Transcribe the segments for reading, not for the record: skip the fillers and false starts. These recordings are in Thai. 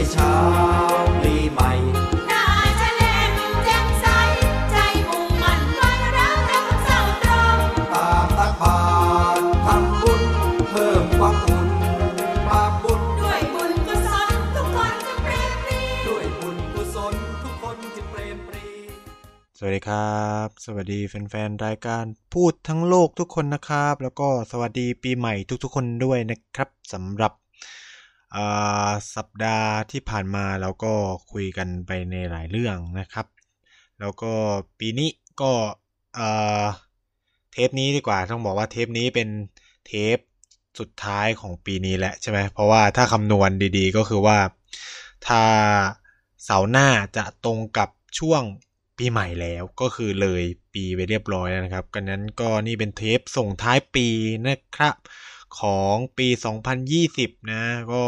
เช้าปีใหม่หน้าแฉลมแจ่มใสใจมุ่งมั่นวันรักและความเศร้าตรงตามตักบาตรทำบุญเพิ่มความอุ่นบาปบุญด้วยบุญกุศลทุกคนจะเปรมปรีด้วยบุญกุศลทุกคนจะเปรมปรีสวัสดีครับสวัสดีแฟนๆรายการพูดทั้งโลกทุกคนนะครับแล้วก็สวัสดีปีใหม่ทุกๆคนด้วยนะครับสำหรับสัปดาห์ที่ผ่านมาเราก็คุยกันไปในหลายเรื่องนะครับแล้วก็ปีนี้ก็เทปนี้ดีกว่าต้องบอกว่าเทปนี้เป็นเทปสุดท้ายของปีนี้แหละใช่ไหมเพราะว่าถ้าคำนวณดีๆก็คือว่าถ้าเสาร์หน้าจะตรงกับช่วงปีใหม่แล้วก็คือเลยปีไปเรียบร้อยแล้วนะครับกันนั้นก็นี่เป็นเทปส่งท้ายปีนะครับของปี2020นะก็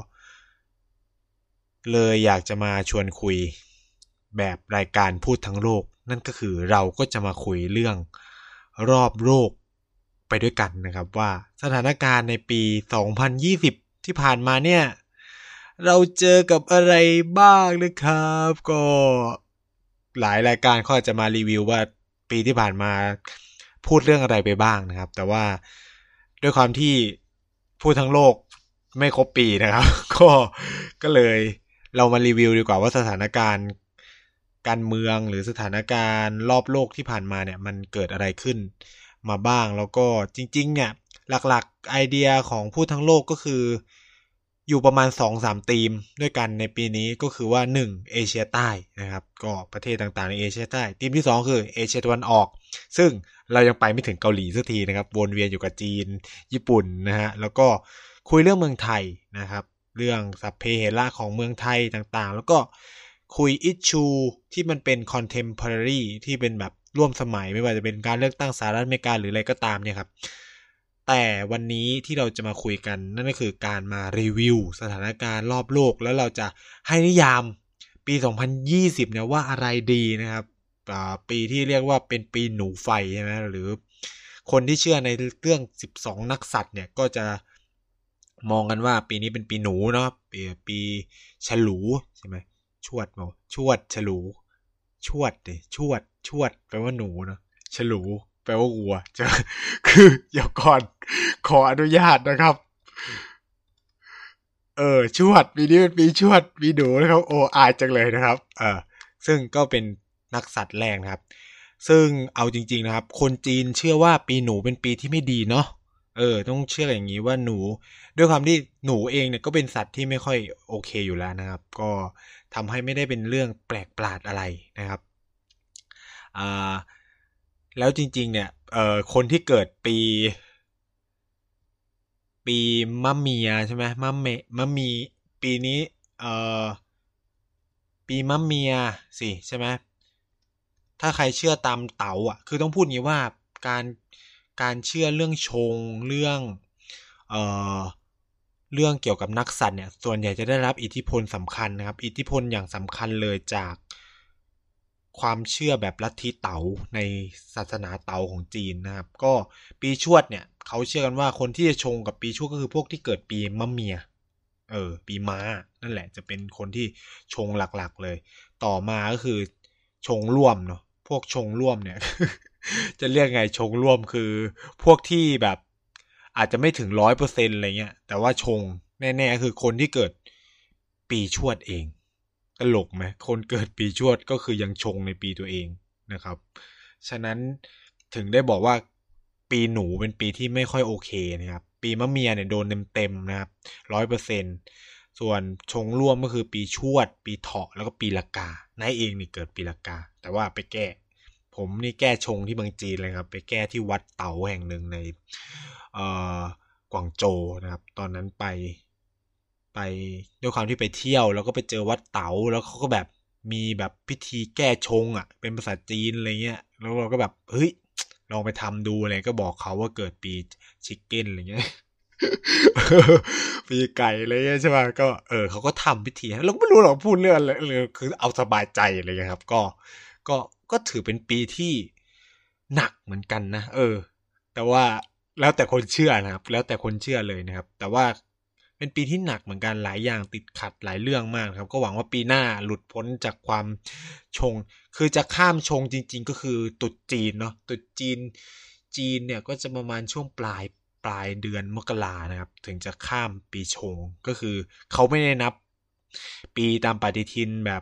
เลยอยากจะมาชวนคุยแบบรายการพูดทั้งโลกนั่นก็คือเราก็จะมาคุยเรื่องรอบโลกไปด้วยกันนะครับว่าสถานการณ์ในปี2020ที่ผ่านมาเนี่ยเราเจอกับอะไรบ้างนะครับก็หลายรายการเขาจะมารีวิวว่าปีที่ผ่านมาพูดเรื่องอะไรไปบ้างนะครับแต่ว่าด้วยความที่พูดทั้งโลกไม่ครบปีนะครับก็เลยเรามารีวิวดีกว่าว่าสถานการณ์การเมืองหรือสถานการณ์รอบโลกที่ผ่านมาเนี่ยมันเกิดอะไรขึ้นมาบ้างแล้วก็จริงๆเนี่ยหลักๆไอเดียของพูดทั้งโลกก็คืออยู่ประมาณ 2-3 ธีมด้วยกันในปีนี้ก็คือว่า1เอเชียใต้นะครับก็ประเทศต่างๆในเอเชียใต้ธีมที่2คือเอเชียตะวันออกซึ่งเรายังไปไม่ถึงเกาหลีสักทีนะครับวนเวียนอยู่กับจีนญี่ปุ่นนะฮะแล้วก็คุยเรื่องเมืองไทยนะครับเรื่องสัพเพเหระของเมืองไทยต่างๆแล้วก็คุยอิชชูที่มันเป็น contemporary ที่เป็นแบบร่วมสมัยไม่ว่าจะเป็นการเลือกตั้งสหรัฐอเมริกาหรืออะไรก็ตามเนี่ยครับแต่วันนี้ที่เราจะมาคุยกันนั่นก็คือการมารีวิวสถานการณ์รอบโลกแล้วเราจะให้นิยามปี2020เนี่ยว่าอะไรดีนะครับปีที่เรียกว่าเป็นปีหนูไฟใช่ไหมหรือคนที่เชื่อในเรื่อง12นักสัตว์เนี่ยก็จะมองกันว่าปีนี้เป็นปีหนูเนาะปีฉลูใช่ไหมชวดฉลูชวดแปลว่าหนูเนาะฉลูแปลว่าวัวจะคือเดี๋ยวก่อนขออนุญาตนะครับชวดปีนี้เป็นปีชวดปีหนูนะครับโอ้อายจังเลยนะครับซึ่งก็เป็นนักสัตว์แรกนะครับซึ่งเอาจริงๆนะครับคนจีนเชื่อว่าปีหนูเป็นปีที่ไม่ดีเนาะต้องเชื่ออย่างนี้ว่าหนูด้วยความที่หนูเองเนี่ยก็เป็นสัตว์ที่ไม่ค่อยโอเคอยู่แล้วนะครับก็ทำให้ไม่ได้เป็นเรื่องแปลกประหลาดอะไรนะครับแล้วจริงๆเนี่ยคนที่เกิดปีมะเมียใช่ไหมมะมีปีนี้ปีมะเมียสิใช่ไหมถ้าใครเชื่อตามเต๋าอ่ะคือต้องพูดงี้ว่าการเชื่อเรื่องชงเรื่องเกี่ยวกับนักสัตว์เนี่ยส่วนใหญ่จะได้รับอิทธิพลสำคัญนะครับอิทธิพลอย่างสำคัญเลยจากความเชื่อแบบลัทธิเต๋าในศาสนาเต๋าของจีนนะครับก็ปีชวดเนี่ยเขาเชื่อกันว่าคนที่จะชงกับปีชวดก็คือพวกที่เกิดปีมะเมียปีม้านั่นแหละจะเป็นคนที่ชงหลักๆเลยต่อมาก็คือชงร่วมเนาะพวกชงร่วมเนี่ย จะเรียกไงชงร่วมคือพวกที่แบบอาจจะไม่ถึง 100% อะไรเงี้ยแต่ว่าชงแน่ๆคือคนที่เกิดปีชวดเองตลกไหมคนเกิดปีชวดก็คือยังชงในปีตัวเองนะครับฉะนั้นถึงได้บอกว่าปีหนูเป็นปีที่ไม่ค่อยโอเคนะครับปีมะเมียเนี่ยโดนเต็มๆนะครับ 100% ส่วนชงร่วมก็คือปีชวดปีเถาะแล้วก็ปีละกานายเองนี่เกิดปีละกาแต่ว่าไปแก้ผมนี่แก้ชงที่เมืองจีนเลยครับไปแก้ที่วัดเต๋าแห่งหนึ่งในกวางโจวนะครับตอนนั้นไปด้วยความที่ไปเที่ยวแล้วก็ไปเจอวัดเต๋าแล้วเขาก็แบบมีแบบพิธีแก้ชงอ่ะเป็นภาษาจีนอะไรเงี้ยแล้วเราก็แบบเฮ้ยลองไปทำดูอะไรก็บอกเขาว่าเกิดปีชิคเก้นอะไรเงี้ย ปีไก่อะไรเงี้ยใช่ป่ะก็เขาก็ทำพิธีเราก็ไม่รู้หรอกพูดเรื่องอะไรคือเอาสบายใจอะไรเงี้ยครับก็ถือเป็นปีที่หนักเหมือนกันนะแต่ว่าแล้วแต่คนเชื่อนะครับแล้วแต่คนเชื่อเลยนะครับแต่ว่าไเป็นปีที่หนักเหมือนกันหลายอย่างติดขัดหลายเรื่องมากครับก็หวังว่าปีหน้าหลุดพ้นจากความชงคือจะข้ามชงจริงๆก็คือตรุษจีนเนาะตรุษจีนเนี่ยก็จะประมาณช่วงปลายเดือนมกรานะครับถึงจะข้ามปีชงก็คือเขาไม่ได้นับปีตามปฏิทินแบบ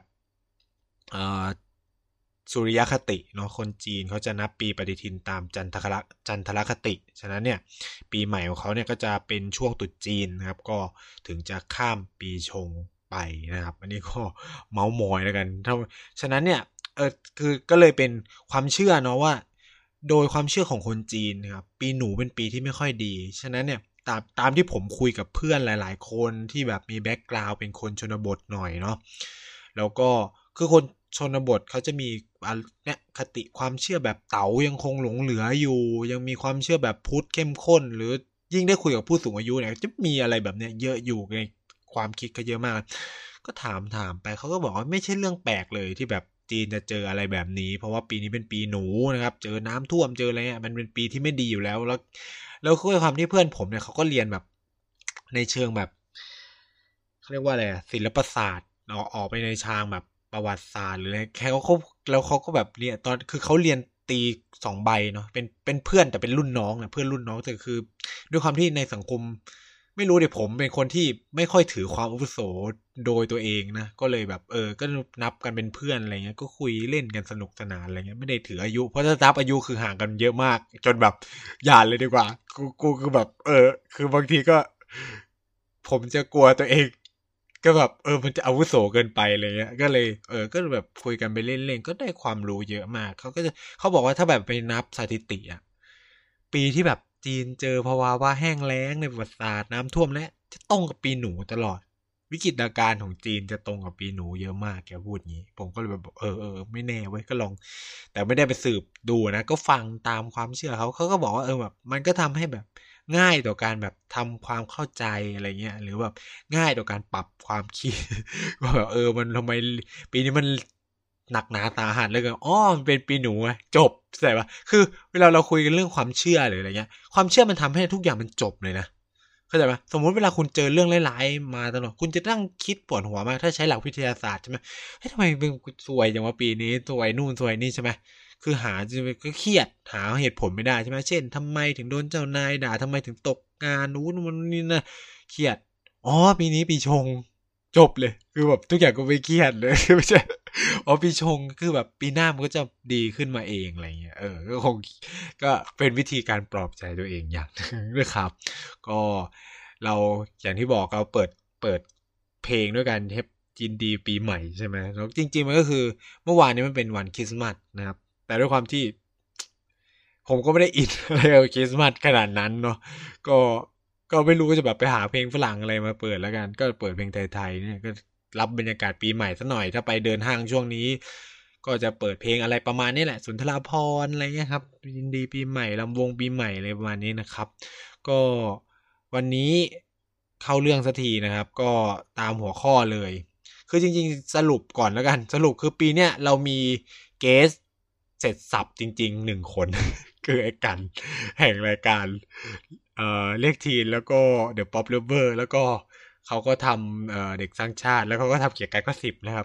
สุริยคติเนาะคนจีนเขาจะนับปีปฏิทินตามจันทรคติฉะนั้นเนี่ยปีใหม่ของเขาเนี่ยก็จะเป็นช่วงตรุษจีนนะครับก็ถึงจะข้ามปีชงไปนะครับอันนี้ก็เมาส์มอยแล้วกันฉะนั้นเนี่ยคือก็เลยเป็นความเชื่อเนาะว่าโดยความเชื่อของคนจีนนะครับปีหนูเป็นปีที่ไม่ค่อยดีฉะนั้นเนี่ยตามที่ผมคุยกับเพื่อนหลายๆคนที่แบบมีแบ็คกราวด์เป็นคนชนบทหน่อยเนาะแล้วก็คือคนชนบทเขาจะมีเนี่ยคติความเชื่อแบบเต๋ายังคงหลงเหลืออยู่ยังมีความเชื่อแบบพุทธเข้มข้นหรือยิ่งได้คุยกับผู้สูงอายุเนี่ยจะมีอะไรแบบเนี้ยเยอะอยู่ในความคิดก็เยอะมากก็ถามไปเขาก็บอกว่าไม่ใช่เรื่องแปลกเลยที่แบบจีนจะเจออะไรแบบนี้เพราะว่าปีนี้เป็นปีหนูนะครับเจอน้ำท่วมเจออะไรเงี้ยมันเป็นปีที่ไม่ดีอยู่แล้วแล้วคือความที่เพื่อนผมเนี่ยเขาก็เรียนแบบในเชิงแบบเขาเรียกว่าอะไรศิลปศาสตร์ออกไปในทางแบบประวัติศาสตร์หรืออะไรแค่เขาก็แบบเรียนตอนคือเขาเรียนตี2 ใบเนาะเป็นเพื่อนแต่เป็นรุ่นน้องนะเพื่อนรุ่นน้องแต่คือด้วยความที่ในสังคมไม่รู้เดี๋ยวผมเป็นคนที่ไม่ค่อยถือความอาวุโสโดยตัวเองนะก็เลยแบบก็นับกันเป็นเพื่อนอะไรเงี้ยก็คุยเล่นกันสนุกสนานอะไรเงี้ยไม่ได้ถืออายุเพราะถ้านับอายุคือห่างกันเยอะมากจนแบบอย่าเลยดีกว่ากูคือแบบคือบางทีก็ผมจะกลัวตัวเองก็แบบมันจะอาวุโสเกินไปอะไรเงี้ยก็เลยก็แบบคุยกันไปเล่นๆก็ได้ความรู้เยอะมากเขาบอกว่าถ้าแบบไปนับสถิติอ่ะปีที่แบบจีนเจอภาวะว่าแห้งแล้งในประวัติศาสตร์น้ำท่วมและจะตรงกับปีหนูตลอดวิกฤตการณ์ของจีนจะตรงกับปีหนูเยอะมากแกพูดงี้ผมก็เลยแบบไม่แน่เว้ยก็ลองแต่ไม่ได้ไปสืบดูนะก็ฟังตามความเชื่อเขาก็บอกว่าแบบมันก็ทำให้แบบง่ายต่อการแบบทำความเข้าใจอะไรเงี้ยหรือแบบง่ายต่อการปรับความคิดว่าแบบมันทำไมปีนี้มันหนักหนาสาหัสเลยกันมันเป็นปีหนูจบใช่ปะคือเวลาเราคุยกันเรื่องความเชื่อหรืออะไรเงี้ยความเชื่อมันทำให้ทุกอย่างมันจบเลยนะเข้าใจปะสมมติเวลาคุณเจอเรื่องร้ายๆมาตลอดคุณจะนั่งคิดปวดหัวมากถ้าใช้หลักวิทยาศาสตร์ใช่ไหมทำไมเป็นสวยอย่างว่าปีนี้สวยนู่นสวยนี่ใช่ไหมคือหาก็เครียดหาเหตุผลไม่ได้ใช่ไหมเช่นทำไมถึงโดนเจ้านายด่าทำไมถึงตกงานนู้นมันนี่นะเครียดปีนี้ปีชงจบเลยคือแบบทุกอย่างก็ไม่เครียดเลยไม่ใช่ปีชงคือแบบปีหน้ามันก็จะดีขึ้นมาเองอะไรเงี้ยก็คงก็เป็นวิธีการปลอบใจตัวเองอย่างนึงนะครับก็เราอย่างที่บอกเราเปิดเพลงด้วยกันเทปยินดีปีใหม่ใช่ไหมแล้วจริงๆมันก็คือเมื่อวานนี้มันเป็นวันคริสต์มาสนะครับแต่ด้วยความที่ผมก็ไม่ได้อินอะไรกับคริสต์มาสขนาดนั้นเนาะก็ไม่รู้ก็จะแบบไปหาเพลงฝรั่งอะไรมาเปิดแล้วกันก็เปิดเพลงไทยๆเนี่ยก็รับบรรยากาศปีใหม่ซะหน่อยถ้าไปเดินห้างช่วงนี้ก็จะเปิดเพลงอะไรประมาณนี้แหละสุนทราภรณ์อะไรเงี้ยครับยินดีปีใหม่ลำวงปีใหม่อะไรประมาณนี้นะครับก็วันนี้เข้าเรื่องสักทีนะครับก็ตามหัวข้อเลยคือจริงๆสรุปก่อนแล้วกันสรุปคือปีเนี้ยเรามีเกสเสร็จสับจริงๆ1 คน คือไอ้กันแห่งรายการเรียกทีนแล้วก็ The Pop Lover แล้วก็เขาก็ทำเด็กสร้างชาติแล้วเขาก็ทำเกียร์กายก็10นะครับ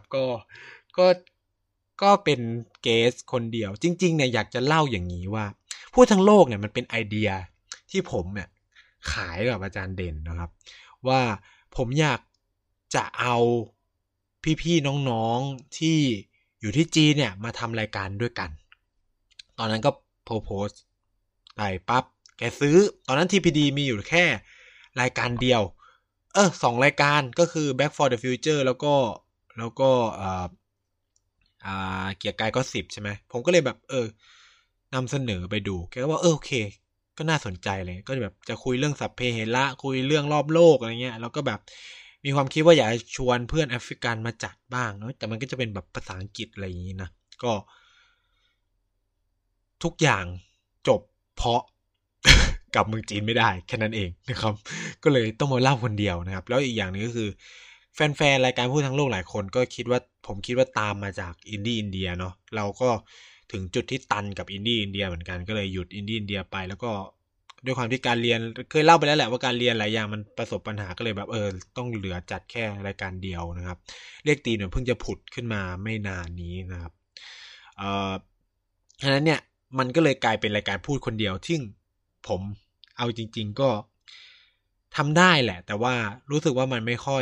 ก็เป็นเกสคนเดียวจริงๆเนี่ยอยากจะเล่าอย่างนี้ว่าพูดทั้งโลกเนี่ยมันเป็นไอเดียที่ผมเนี่ยขายกับอาจารย์เด่นนะครับว่าผมอยากจะเอาพี่ๆน้องๆที่อยู่ที่จีนเนี่ยมาทำรายการด้วยกันตอนนั้นก็โพสต์ไปปั๊บแกซื้อตอนนั้น TPD มีอยู่แค่รายการเดียว2 รายการก็คือ Back for the Future แล้วก็เกียร์กายก็10ใช่ไหมผมก็เลยแบบนำเสนอไปดูแกก็ว่าโอเคก็น่าสนใจเลยก็แบบจะคุยเรื่องสัพเพเหระคุยเรื่องรอบโลกอะไรเงี้ยแล้วก็แบบมีความคิดว่าอยากชวนเพื่อนแอฟริกันมาจัดบ้างแต่มันก็จะเป็นแบบภาษาอังกฤษอะไรอย่างนี้นะก็ทุกอย่างจบเพราะ กับเมืองจีนไม่ได้แค่นั้นเองนะครับก็เลยต้องมาเล่าคนเดียวนะครับแล้วอีกอย่างนึงก็คือแฟนๆรายการพูดทั้งโลกหลายคนก็ผมคิดว่าตามมาจากอินดี้อินเดียเนาะเราก็ถึงจุดที่ตันกับอินดี้อินเดียเหมือนกันก็เลยหยุดอินดี้อินเดียไปแล้วก็ด้วยความที่การเรียนเคยเล่าไปแล้วแหละว่าการเรียนหลายอย่างมันประสบปัญหาก็เลยแบบต้องเหลือจัดแค่รายการเดียวนะครับเรียกตีเนี่ยเพิ่งจะผุดขึ้นมาไม่นานนี้นะครับฉะนั้นเนี่ยมันก็เลยกลายเป็นรายการพูดคนเดียวซึ่งผมเอาจริงๆก็ทำได้แหละแต่ว่ารู้สึกว่ามันไม่ค่อย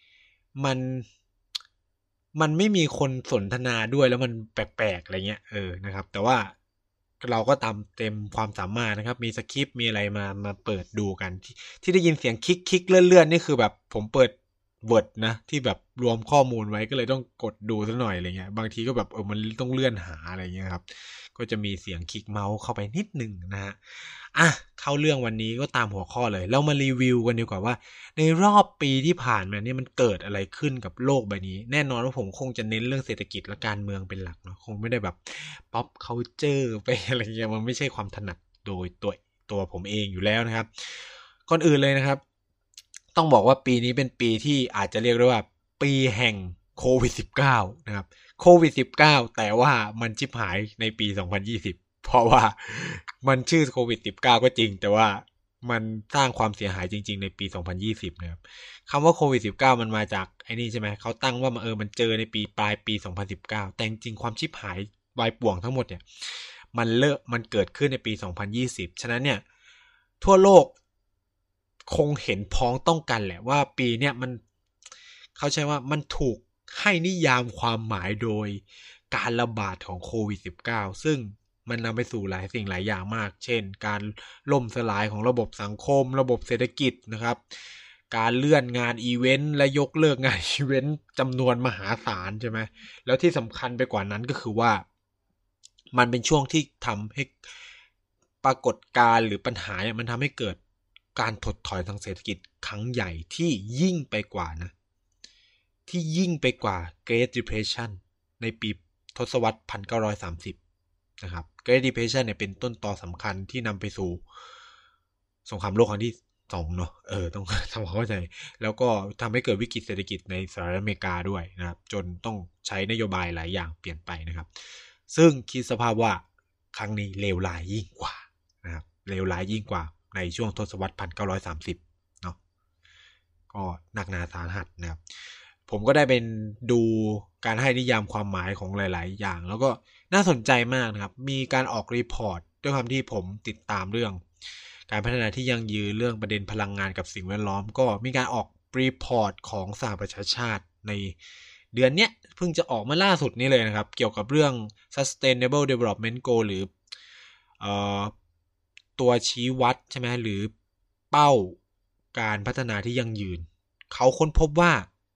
มันไม่มีคนสนทนาด้วยแล้วมันแปลกๆอะไรเงี้ยนะครับแต่ว่าเราก็ตามเต็มความสามารถนะครับมีสคริปต์มีอะไรมาเปิดดูกันที่ได้ยินเสียงคลิกๆเลื่อนๆนี่คือแบบผมเปิดWord นะที่แบบรวมข้อมูลไว้ก็เลยต้องกดดูซะหน่อยอะไรเงี้ยบางทีก็แบบมันต้องเลื่อนหาอะไรเงี้ยครับก็จะมีเสียงคลิกเมาส์เข้าไปนิดนึงนะฮะเข้าเรื่องวันนี้ก็ตามหัวข้อเลยเรามารีวิวกันดีกว่าว่าในรอบปีที่ผ่านมาเนี่ยมันเกิดอะไรขึ้นกับโลกใบนี้แน่นอนว่าผมคงจะเน้นเรื่องเศรษฐกิจและการเมืองเป็นหลักเนาะคงไม่ได้แบบ pop culture ไปอะไรเงี้ยมันไม่ใช่ความถนัดโดยตัวผมเองอยู่แล้วนะครับก่อนอื่นเลยนะครับต้องบอกว่าปีนี้เป็นปีที่อาจจะเรียกได้ว่าปีแห่งโควิด -19 นะครับโควิด -19 แต่ว่ามันชิบหายในปี 2020 เพราะว่ามันชื่อโควิด -19 ก็จริงแต่ว่ามันสร้างความเสียหายจริงๆในปี 2020 นะครับคำว่าโควิด -19 มันมาจากไอ้นี่ใช่ไหมเขาตั้งว่ามันเจอในปลายปี 2019 แต่จริงความชิบหายวายป่วงทั้งหมดเนี่ยมันเกิดขึ้นในปี 2020 ฉะนั้นเนี่ยทั่วโลกคงเห็นพ้องต้องกันแหละว่าปีเนี้ยเขาใช้ว่ามันถูกให้นิยามความหมายโดยการระบาดของโควิด -19 ซึ่งมันนำไปสู่หลายสิ่งหลายอย่างมากเช่นการล่มสลายของระบบสังคมระบบเศรษฐกิจนะครับการเลื่อนงานอีเวนต์และยกเลิกงานอีเวนต์จำนวนมหาศาลใช่ไหมแล้วที่สำคัญไปกว่านั้นก็คือว่ามันเป็นช่วงที่ทำให้ปรากฏการณ์หรือปัญหาเนี่ยมันทำให้เกิดการถดถอยทางเศรษฐกิจครั้งใหญ่ที่ยิ่งไปกว่านะที่ยิ่งไปกว่า Great Depression ในปีทศวรรษ 1930 นะครับ Great Depression เนี่ยเป็นต้นตอสำคัญที่นำไปสู่สงครามโลกครั้งที่2เนาะต้องทำความเข้าใจแล้วก็ทำให้เกิดวิกฤตเศรษฐกิจในสหรัฐอเมริกาด้วยนะครับจนต้องใช้นโยบายหลายอย่างเปลี่ยนไปนะครับซึ่งคิดสภาพว่าครั้งนี้เลวร้ายยิ่งกว่านะครับเลวร้ายยิ่งกว่าในช่วงทศวรรษ 1930 เนาะก็หนักหนาสาหัสนะครับผมก็ได้เป็นดูการให้นิยามความหมายของหลายๆอย่างแล้วก็น่าสนใจมากนะครับมีการออกรีพอร์ตด้วยความที่ผมติดตามเรื่องการพัฒนาที่ยั่งยืนเรื่องประเด็นพลังงานกับสิ่งแวดล้อมก็มีการออกรีพอร์ตของสหประชาชาติในเดือนนี้เพิ่งจะออกมาล่าสุดนี้เลยนะครับเกี่ยวกับเรื่อง Sustainable Development Goal หรือตัวชี้วัดใช่ไหมหรือเป้าการพัฒนาที่ยั่งยืนเขาค้นพบว่า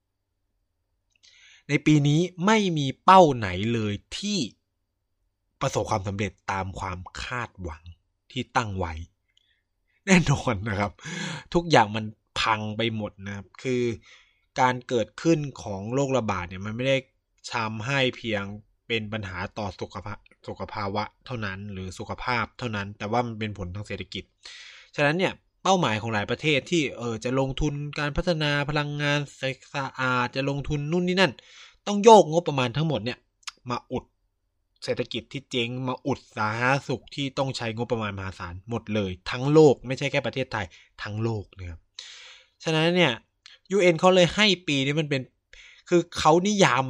ในปีนี้ไม่มีเป้าไหนเลยที่ประสบความสำเร็จตามความคาดหวังที่ตั้งไว้แน่นอนนะครับทุกอย่างมันพังไปหมดนะครับคือการเกิดขึ้นของโรคระบาดเนี่ยมันไม่ได้ทำให้เพียงเป็นปัญหาต่อสุขภาวะเท่านั้นหรือสุขภาพเท่านั้นแต่ว่ามันเป็นผลทางเศรษฐกิจฉะนั้นเนี่ยเป้าหมายของหลายประเทศที่จะลงทุนการพัฒนาพลังงานสะอาดจะลงทุนนู่นนี่นั่นต้องโยกงบประมาณทั้งหมดเนี่ยมาอุดเศรษฐกิจที่เจ๊งมาอุดสาธารณสุขที่ต้องใช้งบประมาณมหาศาลหมดเลยทั้งโลกไม่ใช่แค่ประเทศไทยทั้งโลกนะครับฉะนั้นเนี่ย UN เขาเลยให้ปีนี้มันเป็นคือเขานิยาม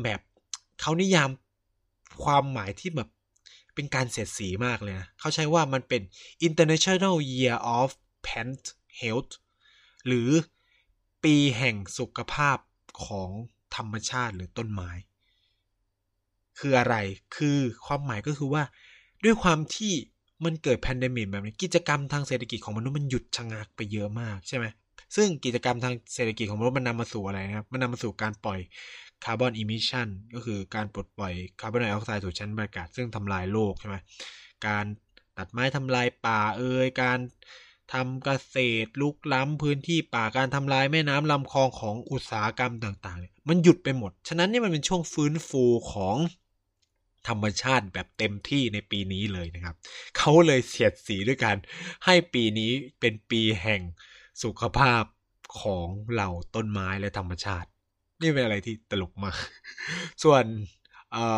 ความหมายที่แบบเป็นการเสียดสีมากเลยนะเขาใช้ว่ามันเป็น International Year of Plant Health หรือปีแห่งสุขภาพของธรรมชาติหรือต้นไม้คืออะไรคือความหมายก็คือว่าด้วยความที่มันเกิดแพนเดมิกแบบนี้กิจกรรมทางเศรษฐกิจของมนุษย์มันหยุดชะงักไปเยอะมากใช่ไหมซึ่งกิจกรรมทางเศรษฐกิจของมนุษย์มันนำมาสู่อะไรนะครับมันนำมาสู่การปล่อยคาร์บอนอิมิชันก็คือการปลดปล่อยคาร์บอนไดออกไซด์สู่ชั้นบรรยากาศซึ่งทำลายโลกใช่ไหมการตัดไม้ทำลายป่าการทำเกษตรลุกล้ำพื้นที่ป่าการทำลายแม่น้ำลำคลองของอุตสาหกรรมต่างๆมันหยุดไปหมดฉะนั้นนี่มันเป็นช่วงฟื้นฟูของธรรมชาติแบบเต็มที่ในปีนี้เลยนะครับเขาเลยเสียดสีด้วยกันให้ปีนี้เป็นปีแห่งสุขภาพของเหล่าต้นไม้และธรรมชาตินี่เป็นอะไรที่ตลกมากส่วน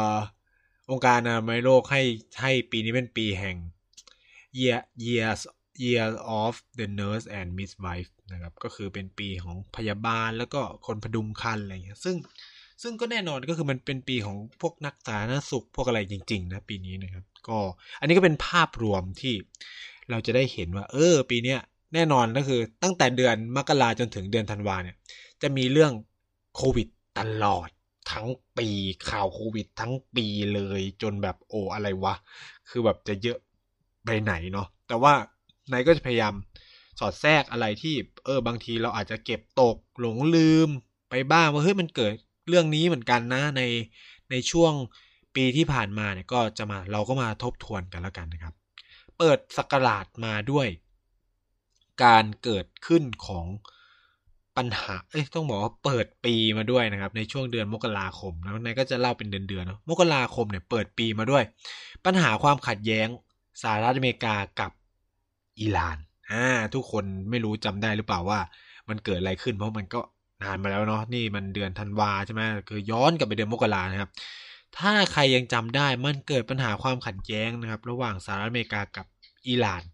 องค์การอนามัยโลกให้ปีนี้เป็นปีแห่ง Year of the Nurse and Midwife นะครับก็คือเป็นปีของพยาบาลแล้วก็คนพดุงครรภ์อะไรเงี้ยซึ่งก็แน่นอนก็คือมันเป็นปีของพวกนักสาธารณสุขพวกอะไรจริงๆนะปีนี้นะครับก็อันนี้ก็เป็นภาพรวมที่เราจะได้เห็นว่าปีเนี้ยแน่นอนก็คือตั้งแต่เดือนมกราจนถึงเดือนธันวาเนี่ยจะมีเรื่องโควิดตลอดทั้งปีข่าวโควิดทั้งปีเลยจนแบบอะไรวะคือแบบจะเยอะไปไหนเนาะแต่ว่านายก็จะพยายามสอดแทรกอะไรที่บางทีเราอาจจะเก็บตกหลงลืมไปบ้างว่าเฮ้ยมันเกิดเรื่องนี้เหมือนกันนะในช่วงปีที่ผ่านมาเนี่ยก็จะเราก็มาทบทวนกันแล้วกันนะครับเปิดศักราชมาด้วยการเกิดขึ้นของปัญหาต้องบอกว่าเปิดปีมาด้วยนะครับในช่วงเดือนมกราคมแล้วนายก็จะเล่าเป็นเดือนๆเนาะมกราคมเนี่ยเปิดปีมาด้วยปัญหาความขัดแย้งสหรัฐอเมริกากับอิหร่านทุกคนไม่รู้จำได้หรือเปล่าว่ามันเกิดอะไรขึ้นเพราะมันก็นานมาแล้วเนาะนี่มันเดือนธันวาใช่ไหมคือย้อนกลับไปเดือนมกรานะครับถ้าใครยังจำได้มันเกิดปัญหาความขัดแย้งนะครับระหว่างสหรัฐอเมริกากับอิหร่าน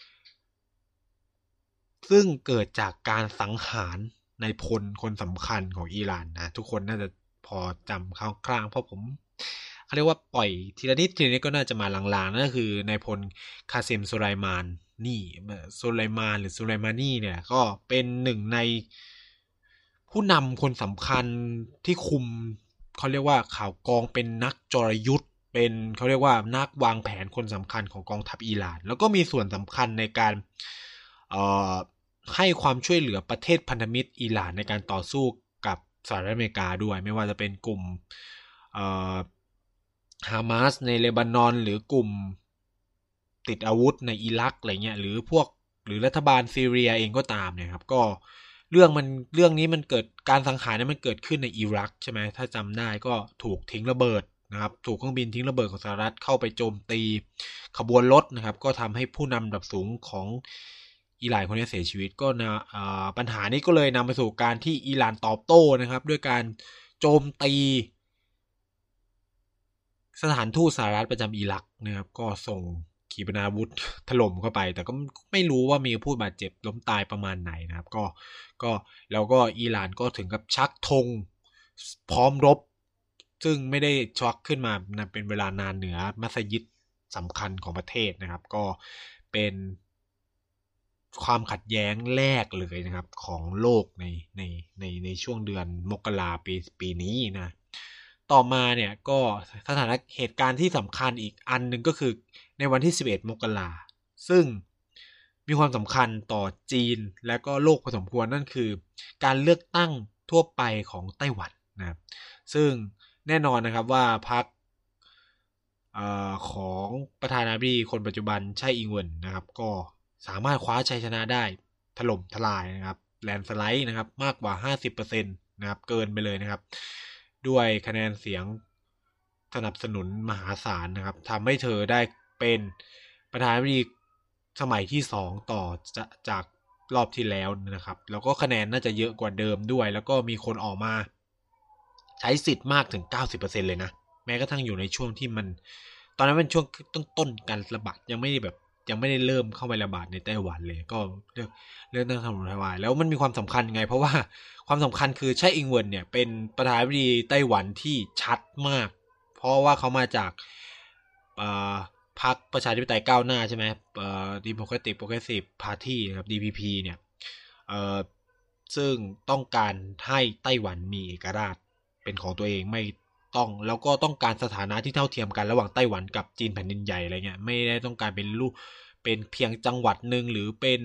ซึ่งเกิดจากการสังหารนายพลคนสำคัญของอิหร่านนะทุกคนน่าจะพอจำคร่าวๆเพราะผมเขาเรียกว่าปล่อยทีละนิดก็น่าจะมาลางๆนั่นก็คือนายพลคาเซมสุไลมานนี่สุไลมานหรือสุไลมานีเนี่ยก็เป็นหนึ่งในผู้นำคนสำคัญที่คุมเขาเรียกว่าข่าวกองเป็นนักจรยุทธ์เป็นเขาเรียกว่านักวางแผนคนสำคัญของกองทัพอิหร่านแล้วก็มีส่วนสำคัญในการให้ความช่วยเหลือประเทศพันธมิตรอิหร่านในการต่อสู้กับสหรัฐอเมริกาด้วยไม่ว่าจะเป็นกลุ่มฮามาสในเลบานอนหรือกลุ่มติดอาวุธในอิรักอะไรเงี้ยหรือรัฐบาลซีเรียเองก็ตามเนี่ยครับก็เรื่องนี้มันเกิดการสังหารเนี่ยมันเกิดขึ้นในอิรักใช่ไหมถ้าจำได้ก็ถูกทิ้งระเบิดนะครับถูกเครื่องบินทิ้งระเบิดของสหรัฐเข้าไปโจมตีขบวนรถนะครับก็ทำให้ผู้นำระดับสูงของอิหร่านคนนี้เสียชีวิตก็ปัญหานี้ก็เลยนำไปสู่การที่อิหร่านตอบโต้นะครับด้วยการโจมตีสถานทูตสหรัฐประจำอิรักนะครับก็ส่งขีปนาวุธถล่มเข้าไปแต่ก็ไม่รู้ว่ามีผู้บาดเจ็บล้มตายประมาณไหนนะครับก็แล้วก็อิหร่านก็ถึงกับชักธงพร้อมรบซึ่งไม่ได้ชักขึ้นมาเป็นเวลานานเหนือมัสยิดสำคัญของประเทศนะครับก็เป็นความขัดแย้งแรกเลยนะครับของโลกในช่วงเดือนมกราปีนี้นะต่อมาเนี่ยก็สถานเหตุการณ์ที่สำคัญอีกอันหนึ่งก็คือในวันที่11มกราซึ่งมีความสำคัญต่อจีนและก็โลกพอสมควรนั่นคือการเลือกตั้งทั่วไปของไต้หวันนะครับซึ่งแน่นอนนะครับว่าพรรคของประธานาธิบดีคนปัจจุบันไช่อิงเหวินนะครับก็สามารถคว้าชัยชนะได้ถล่มทลายนะครับแลนด์สไลด์นะครับมากกว่า 50% นะครับเกินไปเลยนะครับด้วยคะแนนเสียงสนับสนุนมหาศาลนะครับทำให้เธอได้เป็นประธานาธิบดีสมัยที่2ต่อจากรอบที่แล้วนะครับแล้วก็คะแนนน่าจะเยอะกว่าเดิมด้วยแล้วก็มีคนออกมาใช้สิทธิ์มากถึง 90% เลยนะแม้กระทั่งอยู่ในช่วงที่มันตอนนั้นเป็นช่วงต้นการระบาดยังไม่ได้เริ่มเข้าไประบาดในไต้หวันเลยก็เรื่องตั้งถล่มทลายแล้วมันมีความสำคัญไงเพราะว่าความสำคัญคือไช่อิงเหวินเนี่ยเป็นประธานาธิบดีไต้หวันที่ชัดมากเพราะว่าเขามาจากพรรคประชาธิปไตยก้าวหน้าใช่ไหมDemocratic Progressive Party นะครับ DPP เนี่ยซึ่งต้องการให้ไต้หวันมีเอกราชเป็นของตัวเองไม่ต้องแล้วก็ต้องการสถานะที่เท่าเทียมกันระหว่างไต้หวันกับจีนแผ่นดินใหญ่อะไรเงี้ยไม่ได้ต้องการเป็นเพียงจังหวัดนึงหรือเป็น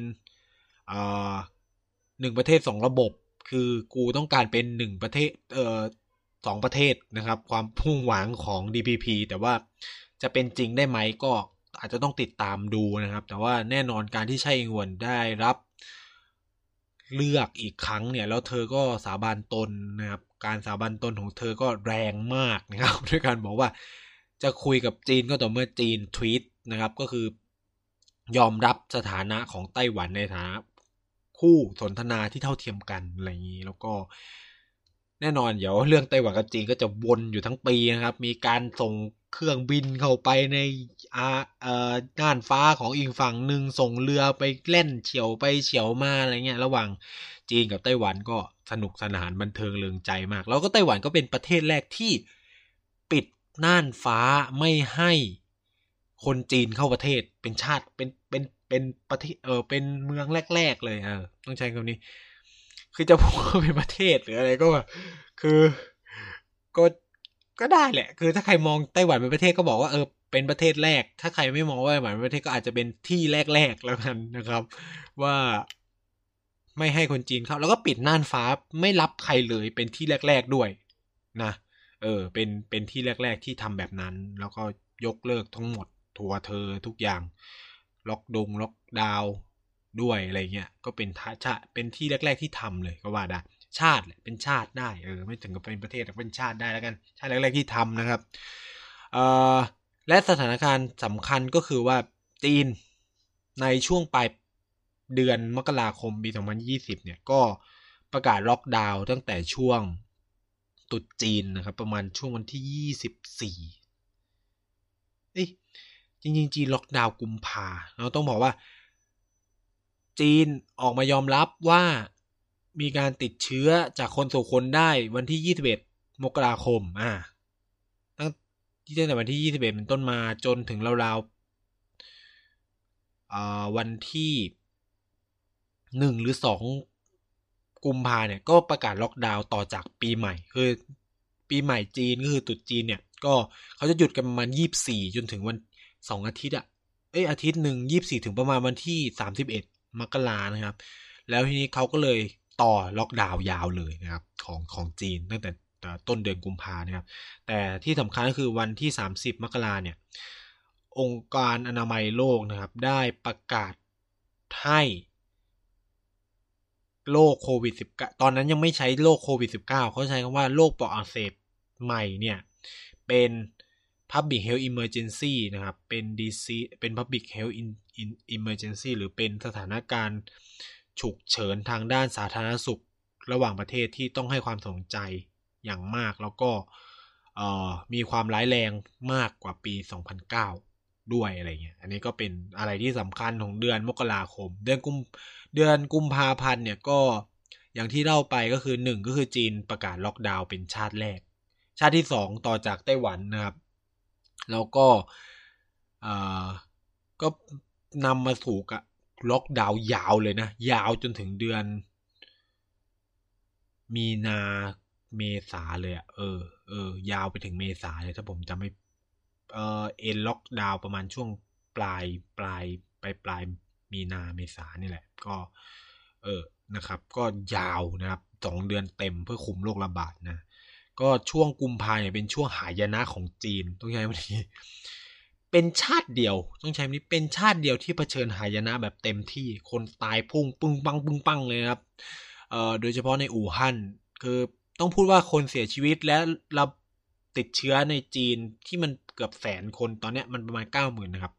1ประเทศ2ระบบคือกูต้องการเป็น1ประเทศ2ประเทศนะครับความพุ่งหวังของ DPP แต่ว่าจะเป็นจริงได้ไหมก็อาจจะต้องติดตามดูนะครับแต่ว่าแน่นอนการที่ไช่อิงเหวินได้รับเลือกอีกครั้งเนี่ยแล้วเธอก็สาบานตนนะครับการสาบานตนของเธอก็แรงมากนะครับด้วยการบอกว่าจะคุยกับจีนก็ต่อเมื่อจีนทวีตนะครับก็คือยอมรับสถานะของไต้หวันในฐานะคู่สนทนาที่เท่าเทียมกันอะไรอย่างนี้แล้วก็แน่นอนเดี๋ยวเรื่องไต้หวันกับจีนก็จะวนอยู่ทั้งปีนะครับมีการส่งเครื่องบินเข้าไปในน่านฟ้าของอีกฝั่งหนึ่งส่งเรือไปเล่นเฉียวไปเฉียวมาอะไรเงี้ยระหว่างจีนกับไต้หวันก็สนุกสนานบันเทิงเริงใจมากแล้วก็ไต้หวันก็เป็นประเทศแรกที่ปิดน่านฟ้าไม่ให้คนจีนเข้าประเทศเป็นชาติเป็นประเทศเป็นเมืองแรกๆเลยต้องใช้คำนี้คือจะพูดว่าเป็นประเทศหรืออะไรก็แบบคือก็ได้แหละคือถ้าใครมองไต้หวันเป็นประเทศก็บอกว่าเป็นประเทศแรกถ้าใครไม่มองว่าไต้หวันเป็นประเทศก็อาจจะเป็นที่แรกๆแล้วกันนะครับว่าไม่ให้คนจีนเข้าแล้วก็ปิดน่านฟ้าไม่รับใครเลยเป็นที่แรกๆด้วยนะเป็นที่แรกๆที่ทำแบบนั้นแล้วก็ยกเลิกทั้งหมดทัวร์เธอทุกอย่างล็อกดาวน์ด้วยอะไรเงี้ยก็เป็นเป็นที่แรกๆที่ทำเลยก็ว่าได้ชาติแหละเป็นชาติได้ไม่ถึงกับเป็นประเทศแต่เป็นชาติได้แล้วกันชาติแรกๆที่ทำนะครับและสถานการณ์สำคัญก็คือว่าจีนในช่วงปลายเดือนมกราคมปี2020เนี่ยก็ประกาศล็อกดาวน์ตั้งแต่ช่วงตรุษจีนนะครับประมาณช่วงวันที่24จริงๆจีนล็อกดาวน์กุมภาเราต้องบอกว่าจีนออกมายอมรับว่ามีการติดเชื้อจากคนสู่คนได้วันที่21มกราคมตั้งแต่วันที่21เป็นต้นมาจนถึงราวๆวันที่1หรือ2กุมภาเนี่ยก็ประกาศล็อกดาวน์ต่อจากปีใหม่คือปีใหม่จีนก็คือตรุษจีนเนี่ยก็เขาจะหยุดกันประมาณ24จนถึงวัน2อาทิตย์อาทิตย์นึง24ถึงประมาณวันที่31มกราคมนะครับแล้วทีนี้เขาก็เลยต่อล็อกดาวน์ยาวเลยนะครับของจีนตั้งแต่ต้นเดือนกุมภาพันธ์นะครับแต่ที่สำคัญก็คือวันที่30มกราคมเนี่ยองค์การอนามัยโลกนะครับได้ประกาศให้โรคโควิด19ตอนนั้นยังไม่ใช้โรคโควิด19เขาใช้คำว่าโรคปอดอักเสบใหม่เนี่ยเป็น Public Health Emergency นะครับเป็น disease เป็น Public Health Emergency หรือเป็นสถานการณ์ฉุกเฉินทางด้านสาธารณสุขระหว่างประเทศที่ต้องให้ความสนใจอย่างมากแล้วก็มีความร้ายแรงมากกว่าปี2009ด้วยอะไรเงี้ยอันนี้ก็เป็นอะไรที่สำคัญของเดือนมกราคมเดือนกุมภาพันธ์เนี่ยก็อย่างที่เล่าไปก็คือ1ก็คือจีนประกาศล็อกดาวน์เป็นชาติแรกชาติที่2ต่อจากไต้หวันนะครับแล้วก็ก็นำมาสู่กับล็อกดาวน์ยาวเลยนะยาวจนถึงเดือนมีนาเมษาเลยยาวไปถึงเมษาเลยถ้าผมจำไม่ล็อกดาวน์ประมาณช่วงปลายมีนาเมษานี่แหละก็นะครับก็ยาวนะครับ2เดือนเต็มเพื่อคุมโรคระบาดนะก็ช่วงกุมภาพันธ์เนี่ยเป็นช่วงหายนะของจีนต้องใช้คำนี้เป็นชาติเดียวต้องใช้คำนี้เป็นชาติเดียวที่เผชิญหายนะแบบเต็มที่คนตายพุ่งปึ้งปังเลยนะครับโดยเฉพาะในอู่ฮั่นคือต้องพูดว่าคนเสียชีวิตและเราติดเชื้อในจีนที่มันเกือบแสนคนตอนนี้มันประมาณ 90,000 นะครับ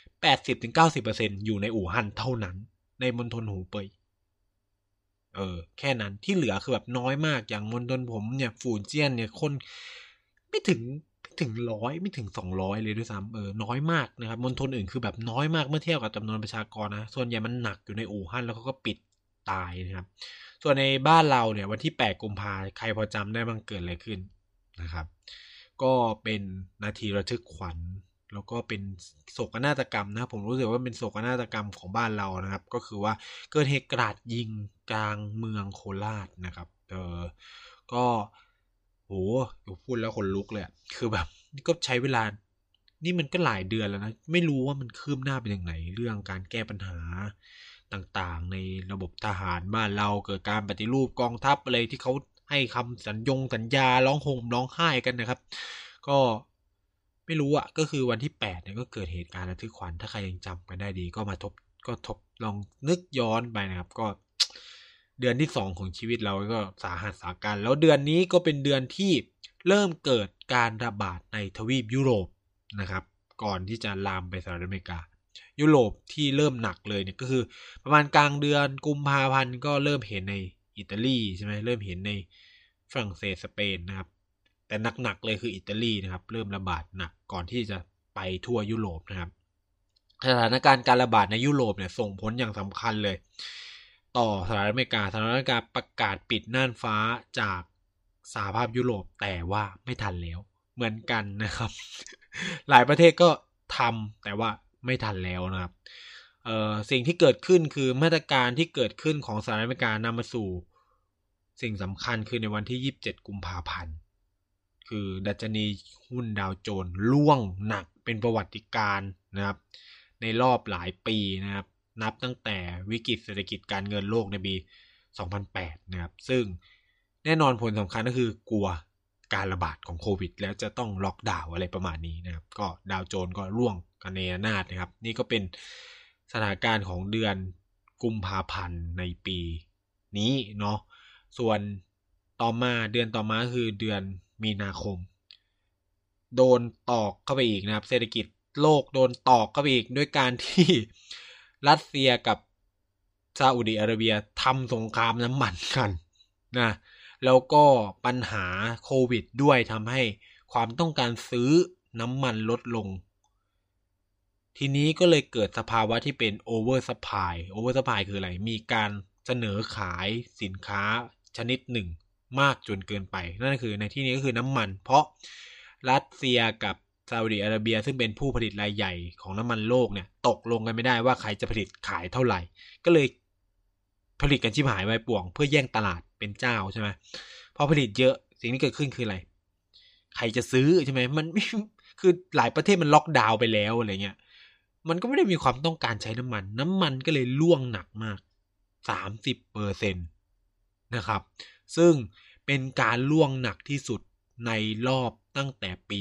80-90% อยู่ในอู่ฮั่นเท่านั้นในมณฑลหูเป่ยแค่นั้นที่เหลือคือแบบน้อยมากอย่างมณฑลผมเนี่ยฝูเจี้ยนเนี่ยคนไม่ถึง100ไม่ถึง200เลยด้วยซ้ำน้อยมากนะครับมณฑลอื่นคือแบบน้อยมากเมื่อเทียบกับจำนวนประชากรนะส่วนใหญ่มันหนักอยู่ในอู่ฮั่นแล้วเขาก็ปิดตายนะครับส่วนในบ้านเราเนี่ยวันที่8กุมภาพันธ์ใครพอจำได้บ้างเกิดอะไรขึ้นนะครับก็เป็นนาทีระทึกขวัญแล้วก็เป็นโศกนาฏกรรมนะผมรู้สึกว่าเป็นโศกนาฏกรรมของบ้านเรานะครับก็คือว่าเกิดเหตุกราดยิงกลางเมืองโคราชนะครับก็โหพูดแล้วขนลุกเลยคือแบบนี่ก็ใช้เวลานี่มันก็หลายเดือนแล้วนะไม่รู้ว่ามันคืบหน้าไปถึงไหนเรื่องการแก้ปัญหาต่างๆในระบบทหารบ้านเราเกิดการปฏิรูปกองทัพอะไรที่เขาให้คำสัญญาร้องห่มร้องไห้กันนะครับก็ไม่รู้ก็คือวันที่8เนี่ยก็เกิดเหตุการณ์ระทึกขวัญถ้าใครยังจำกันได้ดีก็มาทบลองนึกย้อนไปนะครับก็เดือนที่2ของชีวิตเราก็สาหัสสาการแล้วเดือนนี้ก็เป็นเดือนที่เริ่มเกิดการระบาดในทวีปยุโรปนะครับก่อนที่จะลามไปสหรัฐอเมริกายุโรปที่เริ่มหนักเลยเนี่ยก็คือประมาณกลางเดือนกุมภาพันธ์ก็เริ่มเห็นในอิตาลีใช่ไหมเริ่มเห็นในฝรั่งเศสสเปนนะครับแต่หนักๆเลยคืออิตาลีนะครับเริ่มระบาดหนักก่อนที่จะไปทั่วยุโรปนะครับสถานการณ์การระบาดในยุโรปเนี่ยส่งผลอย่างสำคัญเลยต่อสหรัฐอเมริกาประกาศปิดน่านฟ้าจากสหภาพยุโรปแต่ว่าไม่ทันแล้วเหมือนกันนะครับ หลายประเทศก็ทำแต่ว่าไม่ทันแล้วนะครับสิ่งที่เกิดขึ้นคือมาตรการที่เกิดขึ้นของสหรัฐอเมริกานำมาสู่สิ่งสำคัญคือในวันที่27กุมภาพันธ์คือดัชนีหุ้นดาวโจนส์ร่วงหนักเป็นประวัติการณ์นะครับในรอบหลายปีนะครับนับตั้งแต่วิกฤตเศรษฐกิจการเงินโลกในปี2008นะครับซึ่งแน่นอนผลสำคัญก็คือกลัวการระบาดของโควิดแล้วจะต้องล็อกดาวน์อะไรประมาณนี้นะครับก็ดาวโจนส์ก็ร่วงกันเนระนาดนะครับนี่ก็เป็นสถานการณ์ของเดือนกุมภาพันธ์ในปีนี้เนาะส่วนเดือนต่อมาคือเดือนมีนาคมโดนตอกเข้าไปอีกนะครับเศรษฐกิจโลกโดนตอกเข้าไปอีกด้วยการที่รัสเซียกับซาอุดิอาระเบียทำสงครามน้ำมันกันนะแล้วก็ปัญหาโควิดด้วยทำให้ความต้องการซื้อน้ำมันลดลงทีนี้ก็เลยเกิดสภาวะที่เป็นโอเวอร์ซัพพลายคืออะไรมีการเสนอขายสินค้าชนิดหนึ่งมากจนเกินไปนั่นคือในที่นี้ก็คือน้ำมันเพราะรัสเซียกับซาอุดิอาระเบียซึ่งเป็นผู้ผลิตรายใหญ่ของน้ำมันโลกเนี่ยตกลงกันไม่ได้ว่าใครจะผลิตขายเท่าไหร่ก็เลยผลิตกันชิบหายไว้ป่วงเพื่อแย่งตลาดเป็นเจ้าใช่ไหมพอผลิตเยอะสิ่งที่เกิดขึ้นคืออะไรใครจะซื้อใช่ไหมมันคือหลายประเทศมันล็อกดาวน์ไปแล้วอะไรเงี้ยมันก็ไม่ได้มีความต้องการใช้น้ำมันก็เลยร่วงหนักมาก 30% นะครับซึ่งเป็นการร่วงหนักที่สุดในรอบตั้งแต่ปี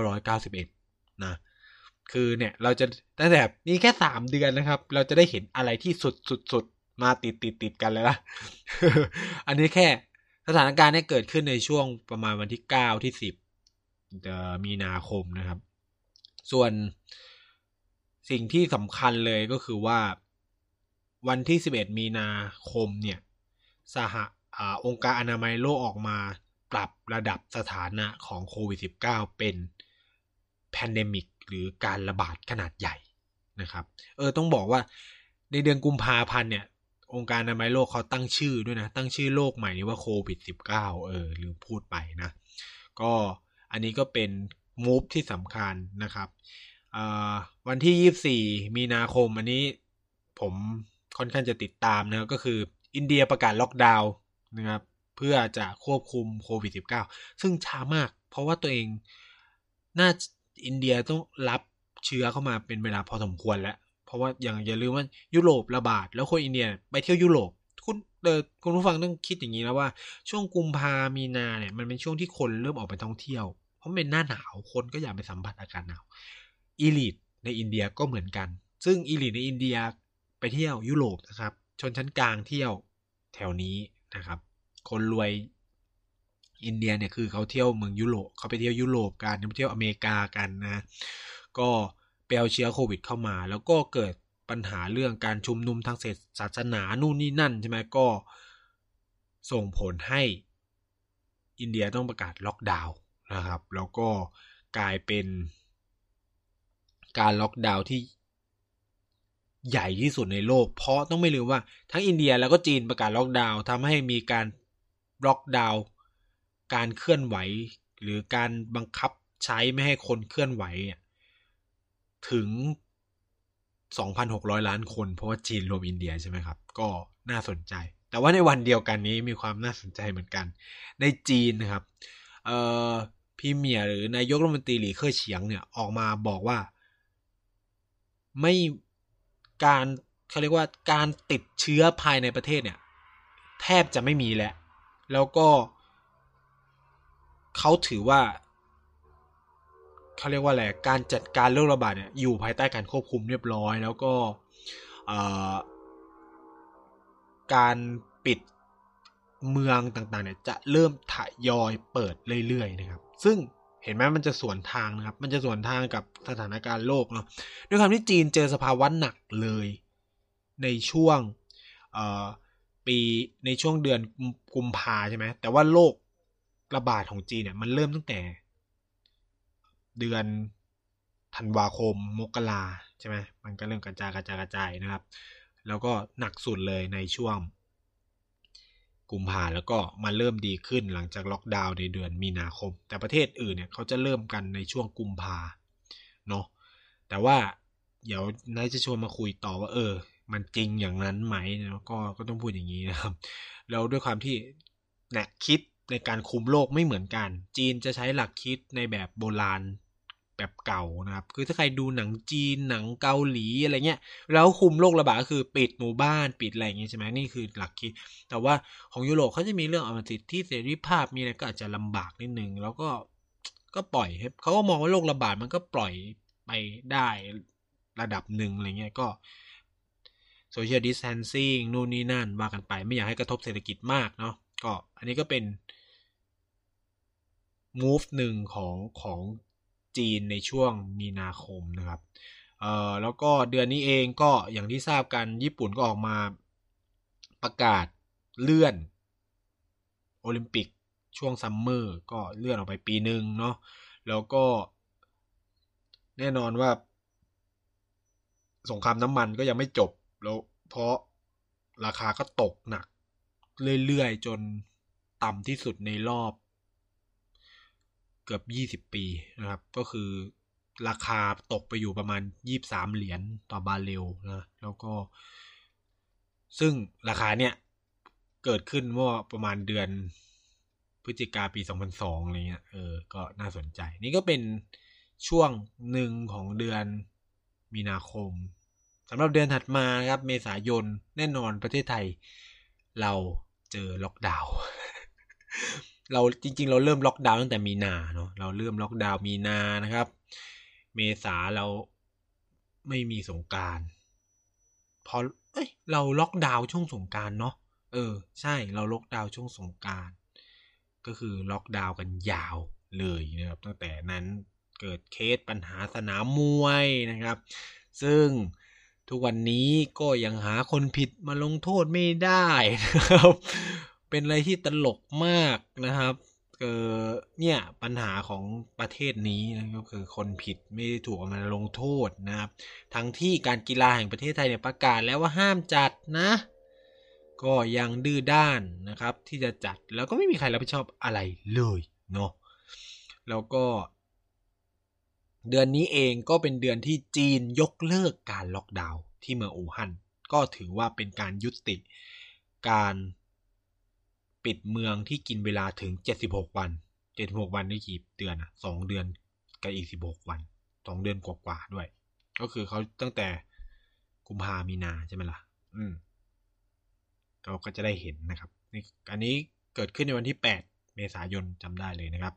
1991นะคือเนี่ยเราจะตั้งแต่นี่แค่3เดือนนะครับเราจะได้เห็นอะไรที่สุดมาติดกันเลยนะ อันนี้แค่สถานการณ์นี้เกิดขึ้นในช่วงประมาณวันที่9ที่10มีนาคมนะครับส่วนสิ่งที่สำคัญเลยก็คือว่าวันที่11มีนาคมเนี่ยองค์การอนามัยโลกออกมาปรับระดับสถานะของโควิด -19 เป็นแพนเดมิกหรือการระบาดขนาดใหญ่นะครับต้องบอกว่าในเดือนกุมภาพันธ์เนี่ยองค์การอนามัยโลกเขาตั้งชื่อด้วยนะตั้งชื่อโรคใหม่นี้ว่าโควิด -19 ลืมพูดไปนะก็อันนี้ก็เป็นมูฟที่สำคัญนะครับวันที่24มีนาคมอันนี้ผมค่อนข้างจะติดตามนะครับก็คืออินเดียประกาศล็อกดาวน์นะครับเพื่อจะควบคุมโควิด -19 ซึ่งช้ามากเพราะว่าตัวเองอินเดียต้องรับเชื้อเข้ามาเป็นเวลาพอสมควรแล้วเพราะว่าอย่าลืมว่ายุโรประบาดแล้วคนอินเดียไปเที่ยวยุโรปคุณผู้ฟังต้องคิดอย่างนี้นะว่าช่วงกุมภามีนาเนี่ยมันเป็นช่วงที่คนเริ่มออกไปท่องเที่ยวเพราะเป็นหน้าหนาวคนก็อยากไปสัมผัสอากาศหนาวอีลิทในอินเดียก็เหมือนกันซึ่งอีลิทในอินเดียไปเที่ยวยุโรปนะครับชนชั้นกลางเที่ยวแถวนี้นะครับคนรวยอินเดียเนี่ยคือเขาเที่ยวเมืองยุโรปเขาไปเที่ยวยุโรปกันไปเที่ยวอเมริกากันนะก็ไปเอาเชื้อโควิดเข้ามาแล้วก็เกิดปัญหาเรื่องการชุมนุมทางศาสนานู่นนี่นั่นใช่ไหมก็ส่งผลให้อินเดียต้องประกาศล็อกดาวน์นะครับแล้วก็กลายเป็นการล็อกดาวน์ที่ใหญ่ที่สุดในโลกเพราะต้องไม่ลืมว่าทั้งอินเดียแล้วก็จีนประกาศล็อกดาวน์ทำให้มีการล็อกดาวน์การเคลื่อนไหวหรือการบังคับใช้ไม่ให้คนเคลื่อนไหวถึง 2,600 ล้านคนเพราะว่าจีนรวมอินเดียใช่ไหมครับก็น่าสนใจแต่ว่าในวันเดียวกันนี้มีความน่าสนใจเหมือนกันในจีนนะครับพรีเมียร์หรือนายกรัฐมนตรีหลี่เค่อเฉียงเนี่ยออกมาบอกว่าไม่เขาเรียกว่าการติดเชื้อภายในประเทศเนี่ยแทบจะไม่มีแล้วก็เขาถือว่าเขาเรียกว่าอะไรการจัดการโรคระบาดเนี่ยอยู่ภายใต้การควบคุมเรียบร้อยแล้วก็การปิดเมืองต่างๆเนี่ยจะเริ่มทยอยเปิดเรื่อยๆนะครับซึ่งเห็นไหมมันจะสวนทางนะครับมันจะสวนทางกับสถานการณ์โลกเนาะด้วยความที่จีนเจอสภาวะหนักเลยในช่วงในช่วงเดือนกุมภาใช่ไหมแต่ว่าโลกระบาดของจีนเนี่ยมันเริ่มตั้งแต่เดือนธันวาคมมกราใช่ไหมมันก็เริ่มกระจายนะครับแล้วก็หนักสุดเลยในช่วงกุมภาแล้วก็มาเริ่มดีขึ้นหลังจากล็อกดาวน์ในเดือนมีนาคมแต่ประเทศอื่นเนี่ยเขาจะเริ่มกันในช่วงกุมภาเนาะแต่ว่าเดี๋ยวนายจะชวนมาคุยต่อว่ามันจริงอย่างนั้นไหมนะก็ต้องพูดอย่างนี้นะครับแล้วด้วยความที่แนวคิดในการคุมโรคไม่เหมือนกันจีนจะใช้หลักคิดในแบบโบราณแบบเก่านะครับคือถ้าใครดูหนังจีนหนังเกาหลีอะไรเงี้ยแล้วคุมโรคระบาดก็คือปิดหมู่บ้านปิดอะไรอย่างเงี้ยใช่ไหมนี่คือหลักคิดแต่ว่าของยุโรปเขาจะมีเรื่องสิทธิเสรีภาพมีอะไรก็อาจจะลำบากนิดนึงแล้วก็ปล่อยให้เขาก็มองว่าโรคระบาดมันก็ปล่อยไปได้ระดับหนึ่งอะไรเงี้ยก็social distancing นู่นนี่นั่นว่ากันไปไม่อยากให้กระทบเศรษฐกิจมากเนาะก็อันนี้ก็เป็น move หนึ่งของจีนในช่วงมีนาคมนะครับแล้วก็เดือนนี้เองก็อย่างที่ทราบกันญี่ปุ่นก็ออกมาประกาศเลื่อนโอลิมปิกช่วงซัมเมอร์ก็เลื่อนออกไปปีนึงเนาะแล้วก็แน่นอนว่าสงครามน้ำมันก็ยังไม่จบแล้วเพราะราคาก็ตกหนักเรื่อยๆจนต่ำที่สุดในรอบเกือบ20 ปีนะครับก็คือราคาตกไปอยู่ประมาณ23เหรียญต่อบาร์เรลนะแล้วก็ซึ่งราคาเนี่ยเกิดขึ้นเมื่อประมาณเดือนพฤศจิกาปี2002อะไรเงี้ยก็น่าสนใจนี่ก็เป็นช่วงหนึ่งของเดือนมีนาคมสำหรับเดือนถัดมาครับเมษายนแน่นอนประเทศไทยเราเจอล็อกดาวน์ เราจริงๆเราเริ่มล็อกดาวน์ตั้งแต่มีนาเนาะเราเริ่มล็อกดาวน์มีนานะครับเมษาเราไม่มีสงกรานต์พอเราล็อกดาวน์ช่วงสงกรานต์เนาะใช่เราล็อกดาวน์ช่วงสงกรานต์ก็คือล็อกดาวน์กันยาวเลยนะครับตั้งแต่นั้นเกิดเคสปัญหาสนามมวยนะครับซึ่งทุกวันนี้ก็ยังหาคนผิดมาลงโทษไม่ได้นะครับเป็นอะไรที่ตลกมากนะครับเนี่ยปัญหาของประเทศนี้นะครับคือคนผิดไม่ได้ถูกเอามาลงโทษนะครับทั้งที่การกีฬาแห่งประเทศไทยเนี่ยประกาศแล้วว่าห้ามจัดนะก็ยังดื้อด้านนะครับที่จะจัดแล้วก็ไม่มีใครรับผิดชอบอะไรเลยเนาะแล้วก็เดือนนี้เองก็เป็นเดือนที่จีนยกเลิกการล็อกดาวน์ที่เมืองอู่ฮั่นก็ถือว่าเป็นการยุติการปิดเมืองที่กินเวลาถึง76วัน76วันนี่กี่เดือนนะ2เดือนกับอีก16วัน2เดือนกว่าๆด้วยก็คือเขาตั้งแต่กุมภามีนาใช่ไหมล่ะก็จะได้เห็นนะครับนี่อันนี้เกิดขึ้นในวันที่8เมษายนจำได้เลยนะครับ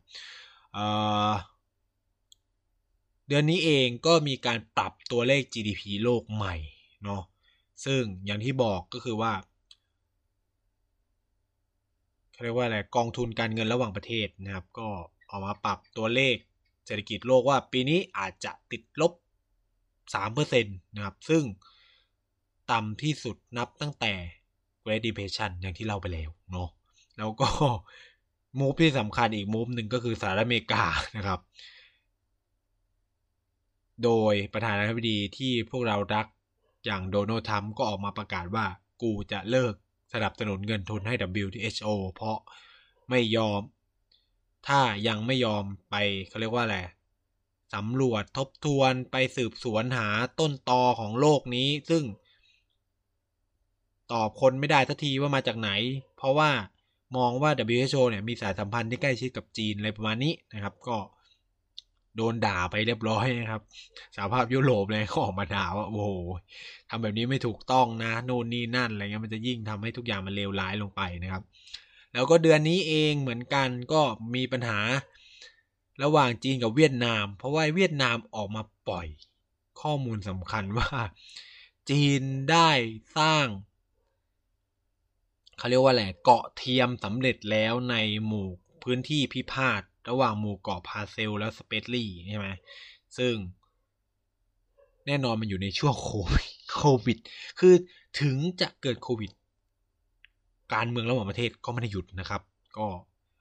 เดือนนี้เองก็มีการปรับตัวเลข GDP โลกใหม่เนาะซึ่งอย่างที่บอกก็คือว่าเขาเรียกว่าอะไรกองทุนการเงินระหว่างประเทศนะครับก็ออกมาปรับตัวเลขเศรษฐกิจโลกว่าปีนี้อาจจะติดลบ 3% นะครับซึ่งต่ำที่สุดนับตั้งแต่ Great Depression อย่างที่เล่าไปแล้วเนาะแล้วก็มูฟที่สำคัญอีกมูฟหนึ่งก็คือสหรัฐอเมริกานะครับโดยประธานาธิบดีที่พวกเรารักอย่างโดนัลด์ทรัมป์ก็ออกมาประกาศว่ากูจะเลิกสนับสนุนเงินทุนให้ WHO เพราะไม่ยอมถ้ายังไม่ยอมไปเขาเรียกว่าอะไรสำรวจทบทวนไปสืบสวนหาต้นตอของโรคนี้ซึ่งตอบคนไม่ได้สักทีว่ามาจากไหนเพราะว่ามองว่า WHO เนี่ยมีสายสัมพันธ์ที่ใกล้ชิดกับจีนอะไรประมาณนี้นะครับก็โดนด่าไปเรียบร้อยนะครับสหภาพยุโรปเลยเขาออกมาด่าว่าโอ้โหทำแบบนี้ไม่ถูกต้องนะโน่นนี่นั่นอะไรเงี้ยมันจะยิ่งทำให้ทุกอย่างมันเลวร้ายลงไปนะครับแล้วก็เดือนนี้เองเหมือนกันก็มีปัญหาระหว่างจีนกับเวียดนามเพราะว่าเวียดนามออกมาปล่อยข้อมูลสำคัญว่าจีนได้สร้างเขาเรียกว่าอะไรเกาะเทียมสำเร็จแล้วในหมู่พื้นที่พิพาทระหว่างหมู่เกาะพาเซลและสเปซลี่ใช่ไหมซึ่งแน่นอนมันอยู่ในช่วงโควิดคือถึงจะเกิดโควิดการเมืองระหว่างประเทศก็ไม่ได้หยุดนะครับก็